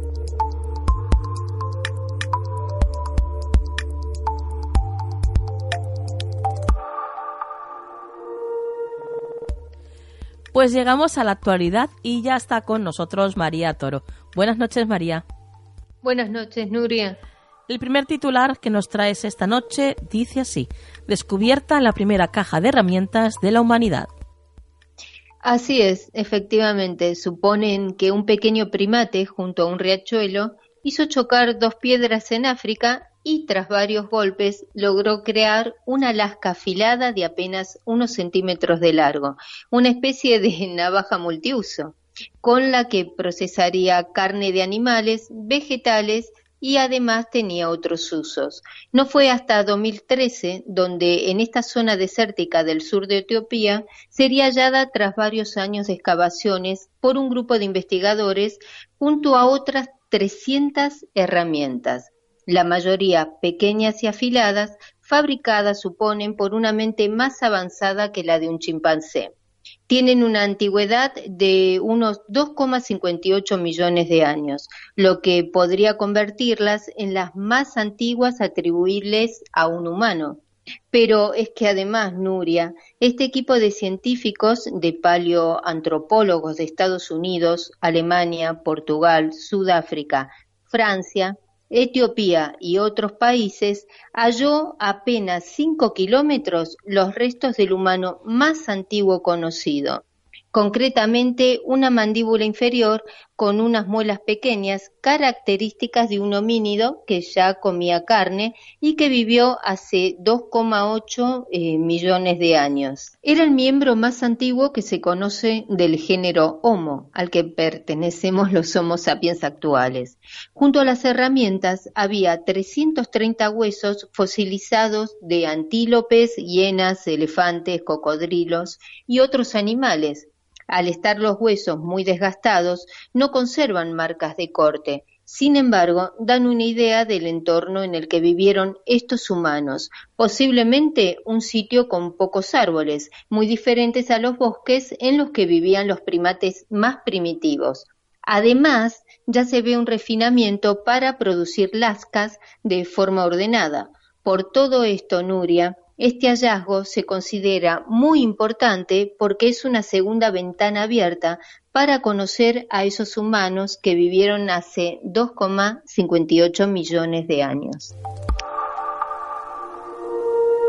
Pues llegamos a la actualidad y ya está con nosotros María Toro. Buenas noches, María. Buenas noches, Nuria. El primer titular que nos traes esta noche dice así: descubierta la primera caja de herramientas de la humanidad. Así es, efectivamente. Suponen que un pequeño primate junto a un riachuelo hizo chocar dos piedras en África y tras varios golpes logró crear una lasca afilada de apenas unos centímetros de largo, una especie de navaja multiuso, con la que procesaría carne de animales, vegetales y además tenía otros usos. No fue hasta 2013 donde en esta zona desértica del sur de Etiopía sería hallada tras varios años de excavaciones por un grupo de investigadores junto a otras 300 herramientas, la mayoría pequeñas y afiladas, fabricadas, suponen, por una mente más avanzada que la de un chimpancé. Tienen una antigüedad de unos 2,58 millones de años, lo que podría convertirlas en las más antiguas atribuibles a un humano. Pero es que además, Nuria, este equipo de científicos, de paleoantropólogos de Estados Unidos, Alemania, Portugal, Sudáfrica, Francia, Etiopía y otros países, halló a apenas 5 kilómetros los restos del humano más antiguo conocido. Concretamente, una mandíbula inferior con unas muelas pequeñas, características de un homínido que ya comía carne y que vivió hace 2,8 millones de años. Era el miembro más antiguo que se conoce del género Homo, al que pertenecemos los Homo sapiens actuales. Junto a las herramientas había 330 huesos fosilizados de antílopes, hienas, elefantes, cocodrilos y otros animales. Al estar los huesos muy desgastados, no conservan marcas de corte. Sin embargo, dan una idea del entorno en el que vivieron estos humanos, posiblemente un sitio con pocos árboles, muy diferentes a los bosques en los que vivían los primates más primitivos. Además, ya se ve un refinamiento para producir lascas de forma ordenada. Por todo esto, Nuria, este hallazgo se considera muy importante porque es una segunda ventana abierta para conocer a esos humanos que vivieron hace 2,58 millones de años.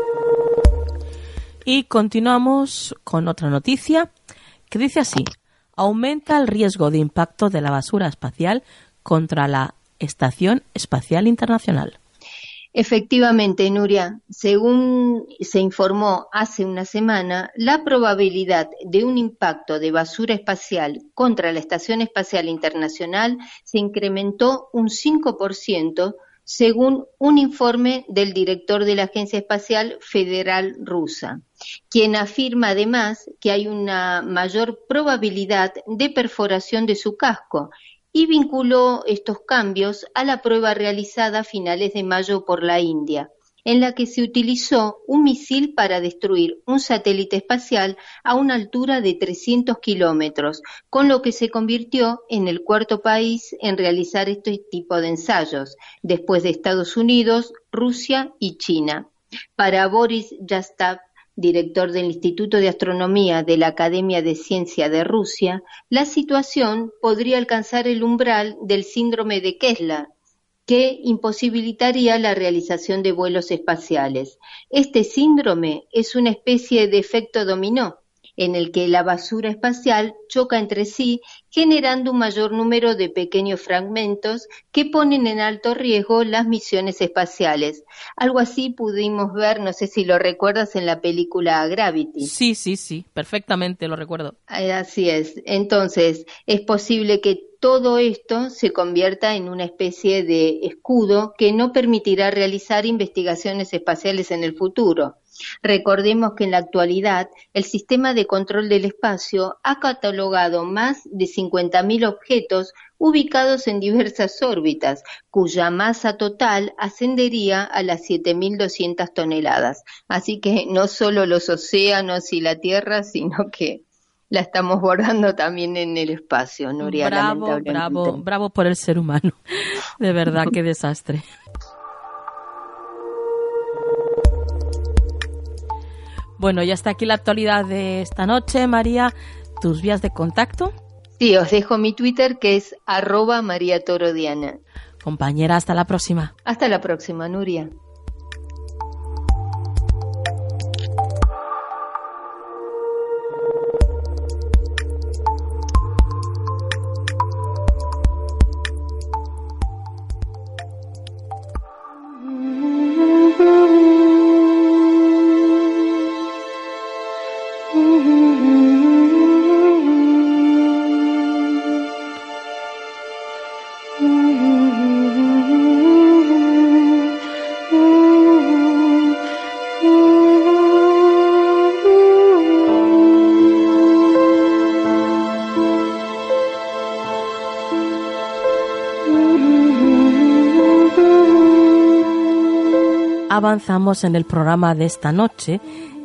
Y continuamos con otra noticia que dice así: aumenta el riesgo de impacto de la basura espacial contra la Estación Espacial Internacional. Efectivamente, Nuria, según se informó hace una semana, la probabilidad de un impacto de basura espacial contra la Estación Espacial Internacional se incrementó un 5%, según un informe del director de la Agencia Espacial Federal rusa, quien afirma además que hay una mayor probabilidad de perforación de su casco, y vinculó estos cambios a la prueba realizada a finales de mayo por la India, en la que se utilizó un misil para destruir un satélite espacial a una altura de 300 kilómetros, con lo que se convirtió en el cuarto país en realizar este tipo de ensayos, después de Estados Unidos, Rusia y China. Para Boris Yastov, director del Instituto de Astronomía de la Academia de Ciencia de Rusia, la situación podría alcanzar el umbral del síndrome de Kessler, que imposibilitaría la realización de vuelos espaciales. Este síndrome es una especie de efecto dominó, en el que la basura espacial choca entre sí, generando un mayor número de pequeños fragmentos que ponen en alto riesgo las misiones espaciales. Algo así pudimos ver, no sé si lo recuerdas, en la película Gravity. Sí, perfectamente lo recuerdo. Así es. Entonces, es posible que todo esto se convierta en una especie de escudo que no permitirá realizar investigaciones espaciales en el futuro. Recordemos que en la actualidad el sistema de control del espacio ha catalogado más de 50.000 objetos ubicados en diversas órbitas, cuya masa total ascendería a las 7.200 toneladas. Así que no solo los océanos y la Tierra, sino que la estamos bordando también en el espacio, Nuria. Bravo por el ser humano. De verdad, qué desastre. Bueno, ya está aquí la actualidad de esta noche. María, ¿tus vías de contacto? Sí, os dejo mi Twitter, que es @mariatorodiana. Compañera, hasta la próxima. Hasta la próxima, Nuria. Avanzamos en el programa de esta noche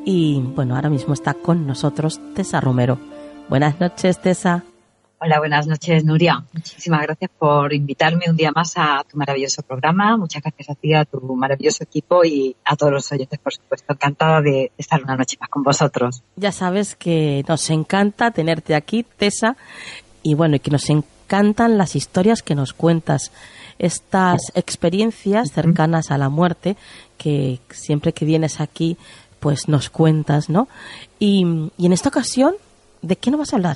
y bueno, ahora mismo está con nosotros Tessa Romero. Buenas noches, Tessa. Hola, buenas noches, Nuria. Muchísimas gracias por invitarme un día más a tu maravilloso programa. Muchas gracias a ti, a tu maravilloso equipo y a todos los oyentes, por supuesto. Encantada de estar una noche más con vosotros. Ya sabes que nos encanta tenerte aquí, Tessa, y bueno, y que nos encantan las historias que nos cuentas, estas experiencias cercanas a la muerte que siempre que vienes aquí pues nos cuentas, ¿no? Y en esta ocasión, ¿de qué nos vas a hablar?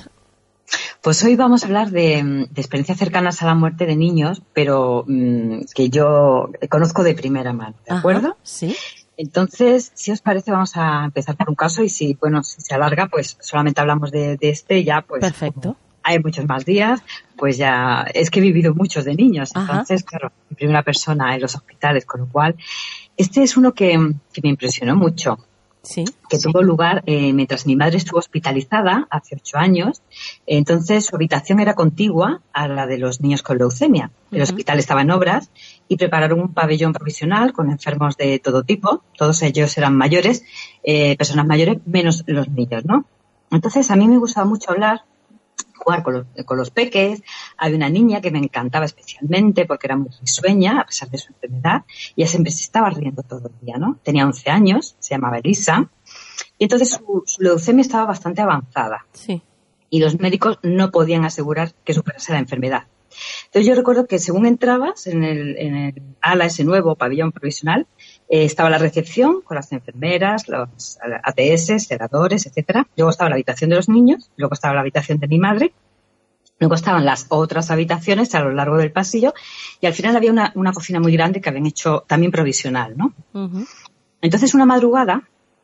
Pues hoy vamos a hablar de experiencias cercanas a la muerte de niños, pero que yo conozco de primera mano, ¿de acuerdo? Sí. Entonces, si os parece, vamos a empezar por un caso y si se alarga, pues solamente hablamos de este, ya pues... Perfecto. Hay muchos más días, pues ya es que he vivido muchos de niños, entonces, claro, en primera persona en los hospitales, con lo cual, este es uno que me impresionó mucho. Sí. Que tuvo lugar mientras mi madre estuvo hospitalizada hace 8 años. Entonces su habitación era contigua a la de los niños con leucemia. El hospital estaba en obras y prepararon un pabellón provisional con enfermos de todo tipo. Todos ellos eran mayores, personas mayores, menos los niños, ¿no? Entonces a mí me gustaba mucho jugar con los peques. Había una niña que me encantaba especialmente porque era muy risueña a pesar de su enfermedad y ella siempre se estaba riendo todo el día, ¿no? Tenía 11 años, se llamaba Elisa y entonces su leucemia estaba bastante avanzada. Sí. Y los médicos no podían asegurar que superase la enfermedad. Entonces yo recuerdo que según entrabas en el ala, ese nuevo pabellón provisional, Estaba la recepción con las enfermeras, los ATS, sedadores, etcétera. Luego estaba la habitación de los niños, luego estaba la habitación de mi madre, luego estaban las otras habitaciones a lo largo del pasillo y al final había una cocina muy grande que habían hecho también provisional, ¿no? Uh-huh. Entonces una madrugada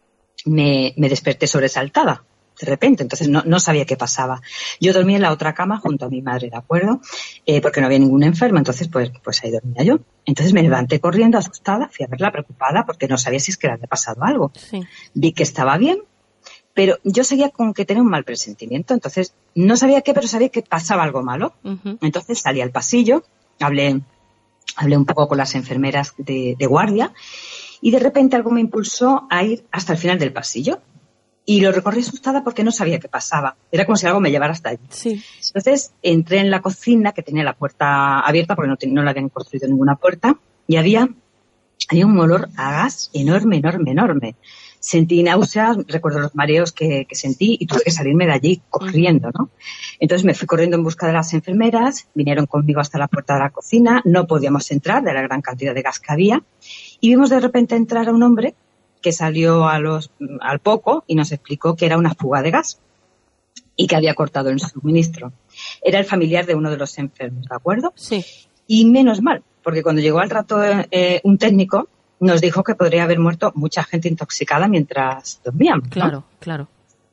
me desperté sobresaltada de repente, entonces no sabía qué pasaba. Yo dormía en la otra cama junto a mi madre, ¿de acuerdo? Porque no había ninguna enferma, entonces pues ahí dormía yo. Entonces me levanté corriendo asustada, fui a verla preocupada porque no sabía si es que le había pasado algo. Sí. Vi que estaba bien, pero yo seguía con que tenía un mal presentimiento, entonces no sabía qué, pero sabía que pasaba algo malo. Uh-huh. Entonces salí al pasillo, hablé un poco con las enfermeras de guardia y de repente algo me impulsó a ir hasta el final del pasillo. Y lo recorrí asustada porque no sabía qué pasaba. Era como si algo me llevara hasta allí. Sí. Entonces entré en la cocina, que tenía la puerta abierta porque no le habían construido ninguna puerta, y había un olor a gas enorme. Sentí náuseas, recuerdo los mareos que sentí y tuve que salirme de allí corriendo, ¿no? Entonces me fui corriendo en busca de las enfermeras, vinieron conmigo hasta la puerta de la cocina, no podíamos entrar de la gran cantidad de gas que había, y vimos de repente entrar a un hombre que salió al poco y nos explicó que era una fuga de gas y que había cortado el suministro. Era el familiar de uno de los enfermos, ¿de acuerdo? Sí. Y menos mal, porque cuando llegó al rato un técnico nos dijo que podría haber muerto mucha gente intoxicada mientras dormíamos, ¿no? Claro, claro.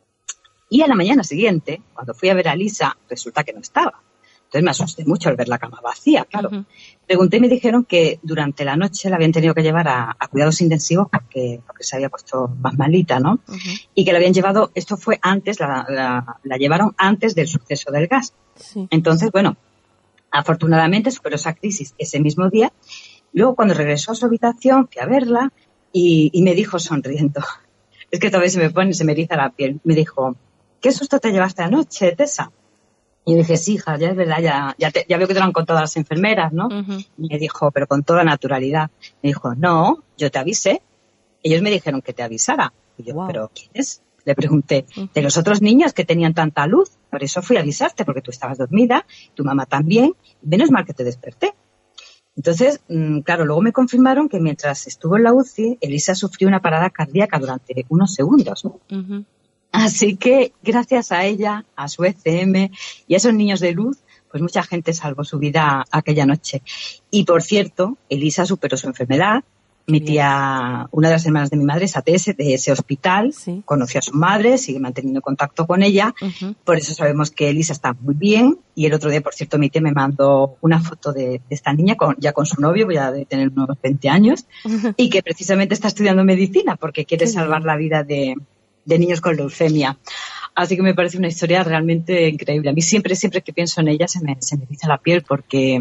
Y a la mañana siguiente, cuando fui a ver a Lisa, resulta que no estaba. Entonces me asusté mucho al ver la cama vacía, claro. Uh-huh. Pregunté y me dijeron que durante la noche la habían tenido que llevar a cuidados intensivos porque se había puesto más malita, ¿no? Uh-huh. Y que la habían llevado, esto fue antes, la llevaron antes del suceso del gas. Sí. Entonces, bueno, afortunadamente superó esa crisis ese mismo día. Luego, cuando regresó a su habitación, fui a verla y me dijo sonriendo, es que todavía se me eriza la piel, me dijo, ¿qué susto te llevaste anoche, Tessa? Y yo dije, sí, hija, ya es verdad, ya veo que te lo han contado las enfermeras, ¿no? Uh-huh. Y me dijo, pero con toda naturalidad. Me dijo, no, yo te avisé. Ellos me dijeron que te avisara. Y yo, wow. ¿Pero quién es? Le pregunté, de los otros niños que tenían tanta luz. Por eso fui a avisarte, porque tú estabas dormida, tu mamá también. Menos mal que te desperté. Entonces, claro, luego me confirmaron que mientras estuvo en la UCI, Elisa sufrió una parada cardíaca durante unos segundos. Uh-huh. Así que, gracias a ella, a su ECM y a esos niños de luz, pues mucha gente salvó su vida aquella noche. Y, por cierto, Elisa superó su enfermedad. Mi tía, una de las hermanas de mi madre, es ATS de ese hospital, sí. Conoció a su madre, sigue manteniendo contacto con ella. Uh-huh. Por eso sabemos que Elisa está muy bien. Y el otro día, por cierto, mi tía me mandó una foto de esta niña ya con su novio, ya de tener unos 20 años, uh-huh. Y que precisamente está estudiando medicina porque quiere salvar la vida de niños con leucemia. Así que me parece una historia realmente increíble. A mí siempre que pienso en ella se me eriza la piel porque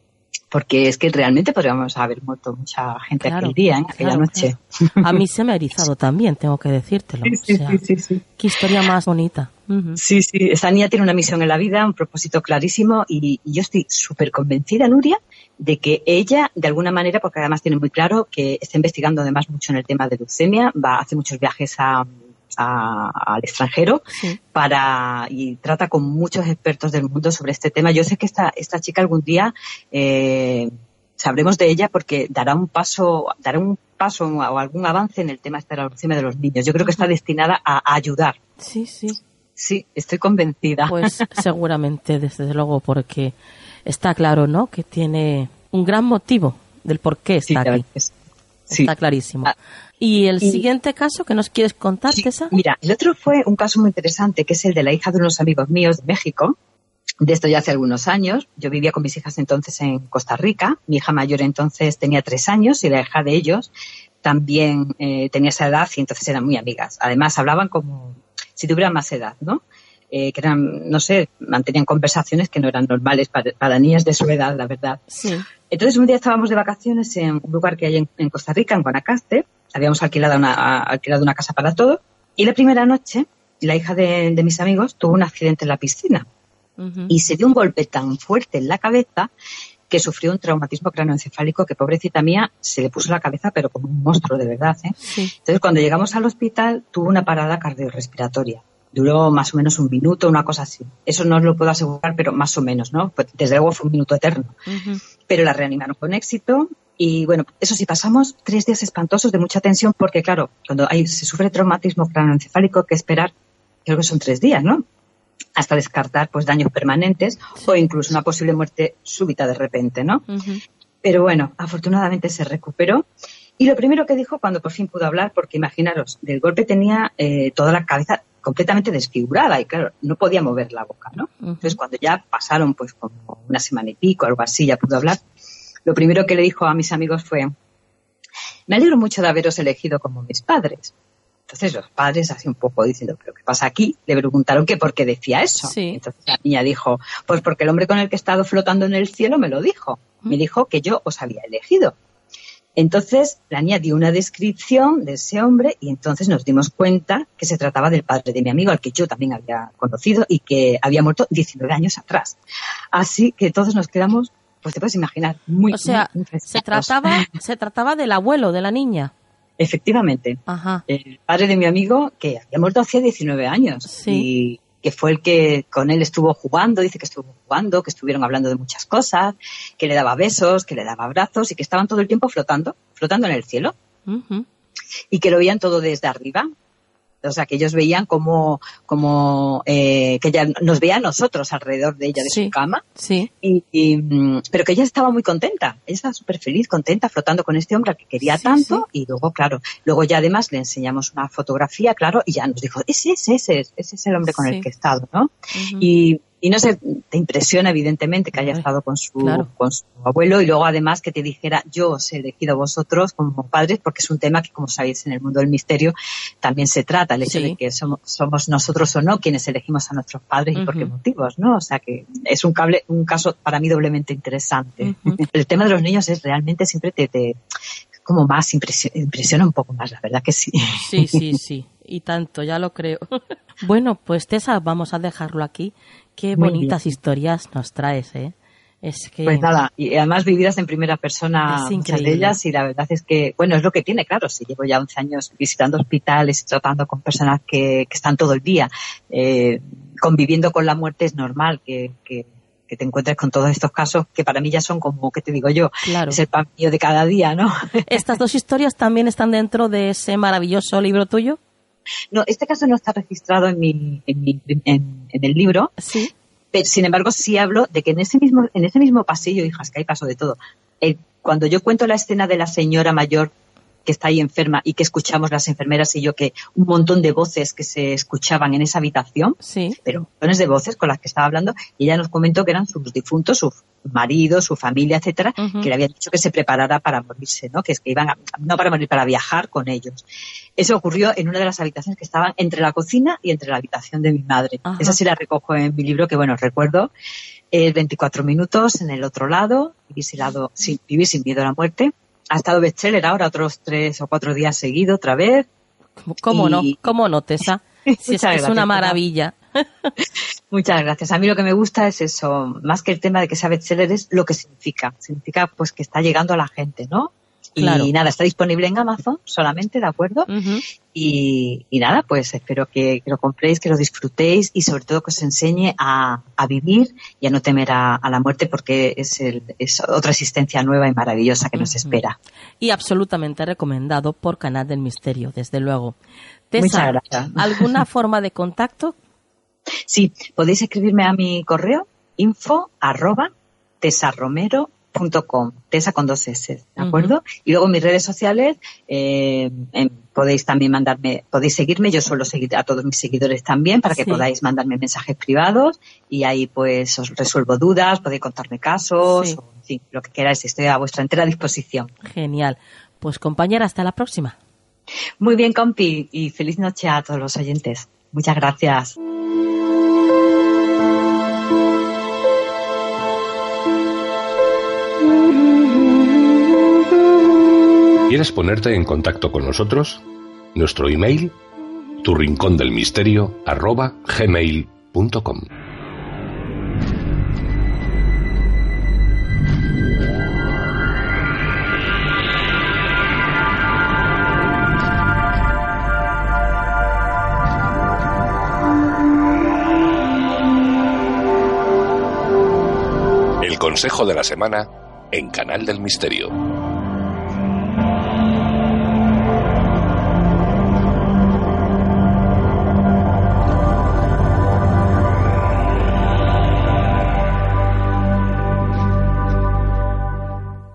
es que realmente podríamos haber muerto mucha gente aquel día, aquella noche. Claro. A mí se me ha erizado también, tengo que decírtelo. Sí. Qué historia más bonita. Uh-huh. Sí, esta niña tiene una misión en la vida, un propósito clarísimo y yo estoy súper convencida, Nuria, de que ella, de alguna manera, porque además tiene muy claro que está investigando además mucho en el tema de leucemia, hace muchos viajes al extranjero, sí. Y trata con muchos expertos del mundo sobre este tema. Yo sé que esta chica algún día sabremos de ella porque dará un paso o algún avance en el tema de la leucemia de los niños. Yo creo que está destinada a ayudar. Sí, estoy convencida. Pues seguramente, desde luego, porque está claro, ¿no?, que tiene un gran motivo del por qué está aquí. Está clarísimo. ¿Y el siguiente caso que nos quieres contar, Tessa? Mira, el otro fue un caso muy interesante, que es el de la hija de unos amigos míos de México. De esto ya hace algunos años. Yo vivía con mis hijas entonces en Costa Rica. Mi hija mayor entonces tenía 3 años y la hija de ellos también tenía esa edad y entonces eran muy amigas. Además, hablaban como si tuvieran más edad, ¿no? Que eran, no sé, mantenían conversaciones que no eran normales para niñas de su edad, la verdad. Sí. Entonces, un día estábamos de vacaciones en un lugar que hay en Costa Rica, en Guanacaste. Habíamos alquilado una casa para todo. Y la primera noche, la hija de mis amigos tuvo un accidente en la piscina. Uh-huh. Y se dio un golpe tan fuerte en la cabeza que sufrió un traumatismo cráneoencefálico que, pobrecita mía, se le puso la cabeza, pero como un monstruo, de verdad, ¿eh? Sí. Entonces, cuando llegamos al hospital, tuvo una parada cardiorrespiratoria. Duró más o menos 1 minuto, una cosa así. Eso no os lo puedo asegurar, pero más o menos, ¿no? Pues desde luego fue un minuto eterno. Uh-huh. Pero la reanimaron con éxito Y bueno, eso sí, pasamos 3 días espantosos de mucha tensión porque, claro, cuando se sufre traumatismo craneoencefálico hay que esperar, creo que son 3 días, ¿no? Hasta descartar pues daños permanentes o incluso una posible muerte súbita de repente, ¿no? Uh-huh. Pero bueno, afortunadamente se recuperó. Y lo primero que dijo cuando por fin pudo hablar, porque imaginaros, del golpe tenía toda la cabeza completamente desfigurada y claro, no podía mover la boca, ¿no? Uh-huh. Entonces cuando ya pasaron pues como una semana y pico, algo así, ya pudo hablar, lo primero que le dijo a mis amigos fue: me alegro mucho de haberos elegido como mis padres. Entonces los padres así un poco diciendo, ¿pero qué pasa aquí? Le preguntaron que por qué decía eso. Sí. Entonces la niña dijo, pues porque el hombre con el que he estado flotando en el cielo me lo dijo. Me dijo que yo os había elegido. Entonces la niña dio una descripción de ese hombre y entonces nos dimos cuenta que se trataba del padre de mi amigo, al que yo también había conocido y que había muerto 19 años atrás. Así que todos nos quedamos, pues te puedes imaginar, muy se trataba del abuelo de la niña. Efectivamente. Ajá. El padre de mi amigo, que había muerto hacía 19 años. Sí. Y que fue el que con él estuvo jugando, dice que estuvo jugando, que estuvieron hablando de muchas cosas, que le daba besos, que le daba abrazos y que estaban todo el tiempo flotando en el cielo. Uh-huh. Y que lo veían todo desde arriba. O sea, que ellos veían como que ella nos veía a nosotros alrededor de ella, de su cama. Sí. Pero que ella estaba muy contenta. Ella estaba súper feliz, contenta, flotando con este hombre al que quería tanto. Sí. Y luego ya además le enseñamos una fotografía, claro, y ya nos dijo, ese es el hombre con el que he estado, ¿no? Uh-huh. Y no sé, te impresiona evidentemente que haya estado con su abuelo y luego además que te dijera, yo os he elegido a vosotros como padres, porque es un tema que, como sabéis, en el mundo del misterio también se trata, el hecho de que somos nosotros o no quienes elegimos a nuestros padres y por qué motivos, ¿no? O sea que es un caso para mí doblemente interesante. Uh-huh. El tema de los niños es realmente siempre te como más impresiona un poco más, la verdad que sí. Sí, y tanto, ya lo creo. Bueno, pues Tessa, vamos a dejarlo aquí. Qué muy bonitas bien. Historias nos traes, ¿eh? Es que... Pues nada, y además vividas en primera persona muchas de ellas, y la verdad es que, bueno, es lo que tiene, claro, si llevo ya 11 años visitando hospitales y tratando con personas que están todo el día, conviviendo con la muerte, es normal que te encuentres con todos estos casos que para mí ya son como, ¿qué te digo yo? Claro. Es el pan mío de cada día, ¿no? ¿Estas 2 historias también están dentro de ese maravilloso libro tuyo? No, este caso no está registrado en el libro. Sí. Pero, sin embargo, sí hablo de que en ese mismo pasillo, hijas, que ahí pasó de todo. Cuando yo cuento la escena de la señora mayor que está ahí enferma y que escuchamos las enfermeras y yo que un montón de voces que se escuchaban en esa habitación, sí, pero montones de voces con las que estaba hablando, y ella nos comentó que eran sus difuntos, su marido, su familia, etcétera, que le habían dicho que se preparara para morirse, ¿no? Que iban no para morir, para viajar con ellos. Eso ocurrió en una de las habitaciones que estaban entre la cocina y entre la habitación de mi madre. Ajá. Esa sí la recojo en mi libro, que bueno, recuerdo 24 minutos en el otro lado, vivir sin miedo a la muerte. Ha estado bestseller ahora otros 3 o 4 días seguidos otra vez. ¿Cómo no, Tessa? Si es una maravilla. Muchas gracias. A mí lo que me gusta es eso, más que el tema de que sea bestseller, es lo que significa. Significa pues que está llegando a la gente, ¿no? Claro. Y nada, está disponible en Amazon solamente, ¿de acuerdo? Uh-huh. Y nada, pues espero que lo compréis, que lo disfrutéis y sobre todo que os enseñe a vivir y a no temer a la muerte, porque es otra existencia nueva y maravillosa que nos espera. Y absolutamente recomendado por Canal del Misterio, desde luego. Tessa, muchas gracias. ¿Alguna forma de contacto? Sí, podéis escribirme a mi correo info@tessaromero.com, Tessa con 2 S, ¿de acuerdo? Uh-huh. Y luego en mis redes sociales podéis también podéis seguirme, yo suelo seguir a todos mis seguidores también para que podáis mandarme mensajes privados y ahí pues os resuelvo dudas, podéis contarme casos, o, en fin, lo que queráis, estoy a vuestra entera disposición. Genial. Pues compañera, hasta la próxima. Muy bien, compi, y feliz noche a todos los oyentes. Muchas gracias. ¿Quieres ponerte en contacto con nosotros? Nuestro email, turincondelmisterio@gmail.com. El consejo de la semana en Canal del Misterio.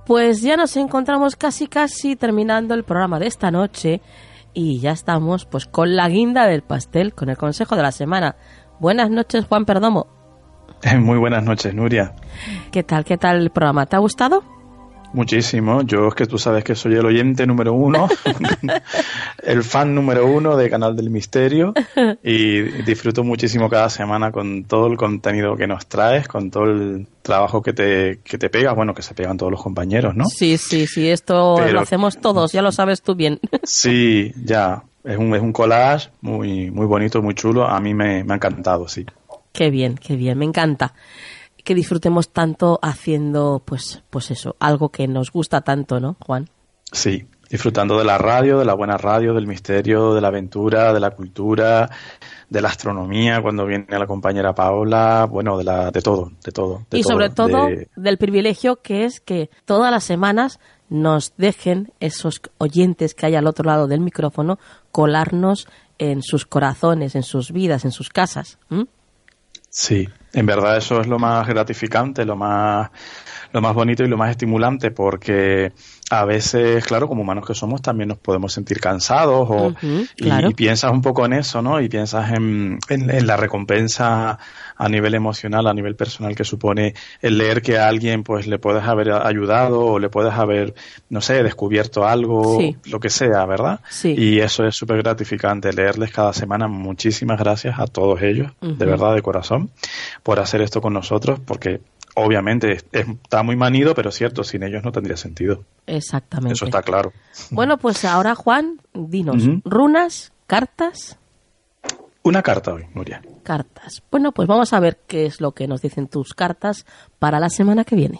Pues ya nos encontramos casi terminando el programa de esta noche y ya estamos pues con la guinda del pastel, con el consejo de la semana. Buenas noches, Juan Perdomo. Muy buenas noches, Nuria. ¿Qué tal el programa? ¿Te ha gustado? Muchísimo. Yo es que tú sabes que soy el oyente número 1, el fan número 1 de Canal del Misterio y disfruto muchísimo cada semana con todo el contenido que nos traes, con todo el trabajo que te pegas, bueno, que se pegan todos los compañeros, ¿no? Sí, esto lo hacemos todos, ya lo sabes tú bien. Sí, ya. Es un collage muy, muy bonito, muy chulo. A mí me ha encantado, sí. Qué bien, me encanta que disfrutemos tanto haciendo, pues eso, algo que nos gusta tanto, ¿no, Juan? Sí, disfrutando de la radio, de la buena radio, del misterio, de la aventura, de la cultura, de la astronomía, cuando viene la compañera Paola, bueno, de todo. Y sobre todo del privilegio que es que todas las semanas nos dejen esos oyentes que hay al otro lado del micrófono colarnos en sus corazones, en sus vidas, en sus casas. Sí, en verdad eso es lo más gratificante, lo más bonito y lo más estimulante, porque a veces, claro, como humanos que somos, también nos podemos sentir cansados claro. y piensas un poco en eso, ¿no? Y piensas en la recompensa a nivel emocional, a nivel personal que supone el leer que a alguien pues le puedes haber ayudado o le puedes haber, no sé, descubierto algo, sí. Lo que sea, ¿verdad? Sí. Y eso es súper gratificante, leerles cada semana. Muchísimas gracias a todos ellos, de verdad, de corazón, por hacer esto con nosotros, porque obviamente está muy manido, pero cierto, sin ellos no tendría sentido. Exactamente. Eso está claro. Bueno, pues ahora, Juan, dinos, ¿runas, cartas? Una carta hoy, Nuria. Cartas. Bueno, pues vamos a ver qué es lo que nos dicen tus cartas para la semana que viene.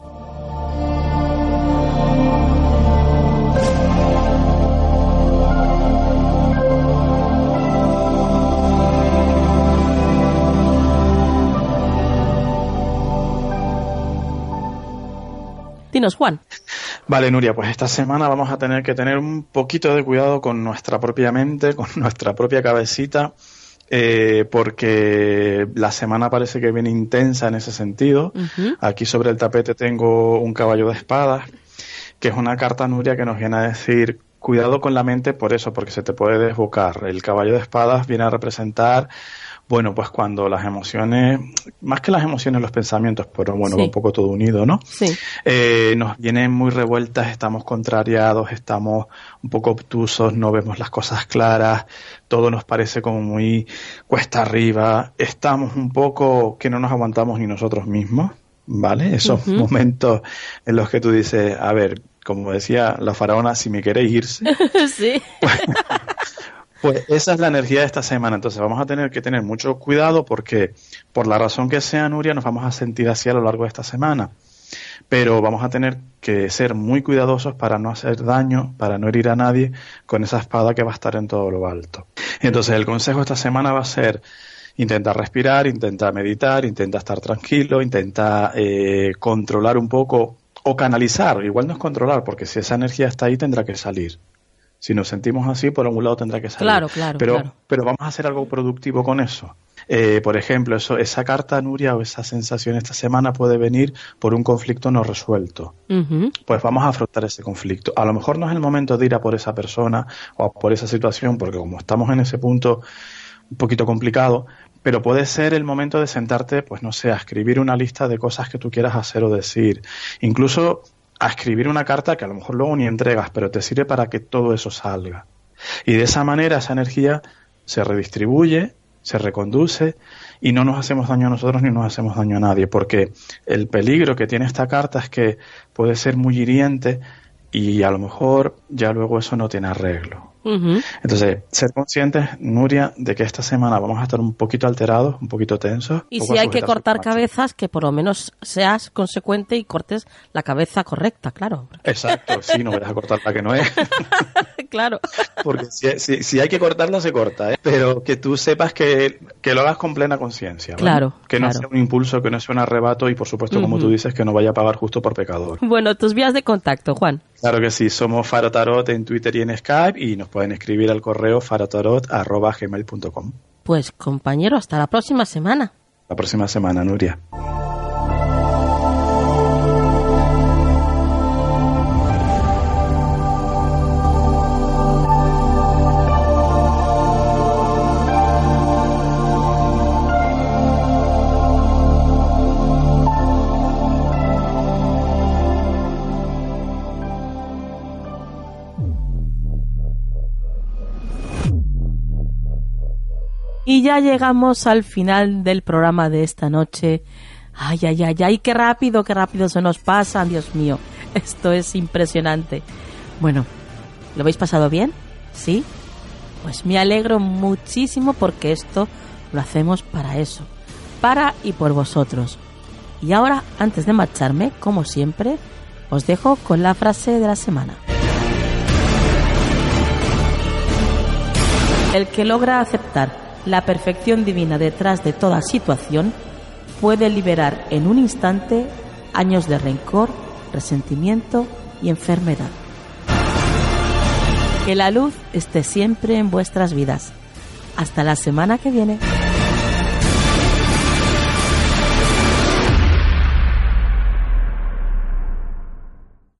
Dinos, Juan. Vale, Nuria, pues esta semana vamos a tener que tener un poquito de cuidado con nuestra propia mente, con nuestra propia cabecita, porque la semana parece que viene intensa en ese sentido. Aquí sobre el tapete tengo un caballo de espadas, que es una carta, Nuria, que nos viene a decir cuidado con la mente por eso, porque se te puede desbocar. El caballo de espadas viene a representar, bueno, pues cuando las emociones, más que las emociones, los pensamientos, pero bueno, sí. Va un poco todo unido, ¿no? Sí. Nos vienen muy revueltas, estamos contrariados, estamos un poco obtusos, no vemos las cosas claras, todo nos parece como muy cuesta arriba, estamos un poco que no nos aguantamos ni nosotros mismos, ¿vale? Esos momentos en los que tú dices, a ver, como decía la faraona, si me queréis irse. Sí. Pues esa es la energía de esta semana, entonces vamos a tener que tener mucho cuidado porque por la razón que sea, Nuria, nos vamos a sentir así a lo largo de esta semana, pero vamos a tener que ser muy cuidadosos para no hacer daño, para no herir a nadie con esa espada que va a estar en todo lo alto. Entonces el consejo esta semana va a ser intenta respirar, intenta meditar, intenta estar tranquilo, intenta controlar un poco o canalizar, igual no es controlar porque si esa energía está ahí tendrá que salir. Si nos sentimos así, por algún lado tendrá que salir. Claro. Pero vamos a hacer algo productivo con eso. Por ejemplo, esa carta, Nuria, o esa sensación esta semana puede venir por un conflicto no resuelto. Pues vamos a afrontar ese conflicto. A lo mejor no es el momento de ir a por esa persona o a por esa situación, porque como estamos en ese punto un poquito complicado, pero puede ser el momento de sentarte, pues no sé, a escribir una lista de cosas que tú quieras hacer o decir. Incluso a escribir una carta que a lo mejor luego ni entregas, pero te sirve para que todo eso salga. Y de esa manera esa energía se redistribuye, se reconduce y no nos hacemos daño a nosotros ni nos hacemos daño a nadie, porque el peligro que tiene esta carta es que puede ser muy hiriente y a lo mejor ya luego eso no tiene arreglo. Entonces, ser conscientes, Nuria, de que esta semana vamos a estar un poquito alterados, un poquito tensos. Y si hay que cortar cabezas, que por lo menos seas consecuente y cortes la cabeza correcta, claro. Exacto, sí, no vayas a cortar la que no es. Claro. Porque si hay que cortarla, se corta, ¿eh? Pero que tú sepas que lo hagas con plena conciencia, ¿vale? Claro. Que no sea un impulso, que no sea un arrebato y, por supuesto, como tú dices, que no vaya a pagar justo por pecador. Bueno, tus vías de contacto, Juan. Claro que sí, somos Faro Tarot en Twitter y en Skype y nos pueden escribir al correo farotarot@gmail.com. Pues compañero, hasta la próxima semana. La próxima semana, Nuria. Y ya llegamos al final del programa de esta noche. Ay, ay, ay, ay, qué rápido se nos pasa, Dios mío. Esto es impresionante. Bueno, ¿lo habéis pasado bien? ¿Sí? Pues me alegro muchísimo porque esto lo hacemos para eso, para y por vosotros. Y ahora, antes de marcharme, como siempre, os dejo con la frase de la semana. El que logra aceptar la perfección divina detrás de toda situación puede liberar en un instante años de rencor, resentimiento y enfermedad. Que la luz esté siempre en vuestras vidas. Hasta la semana que viene.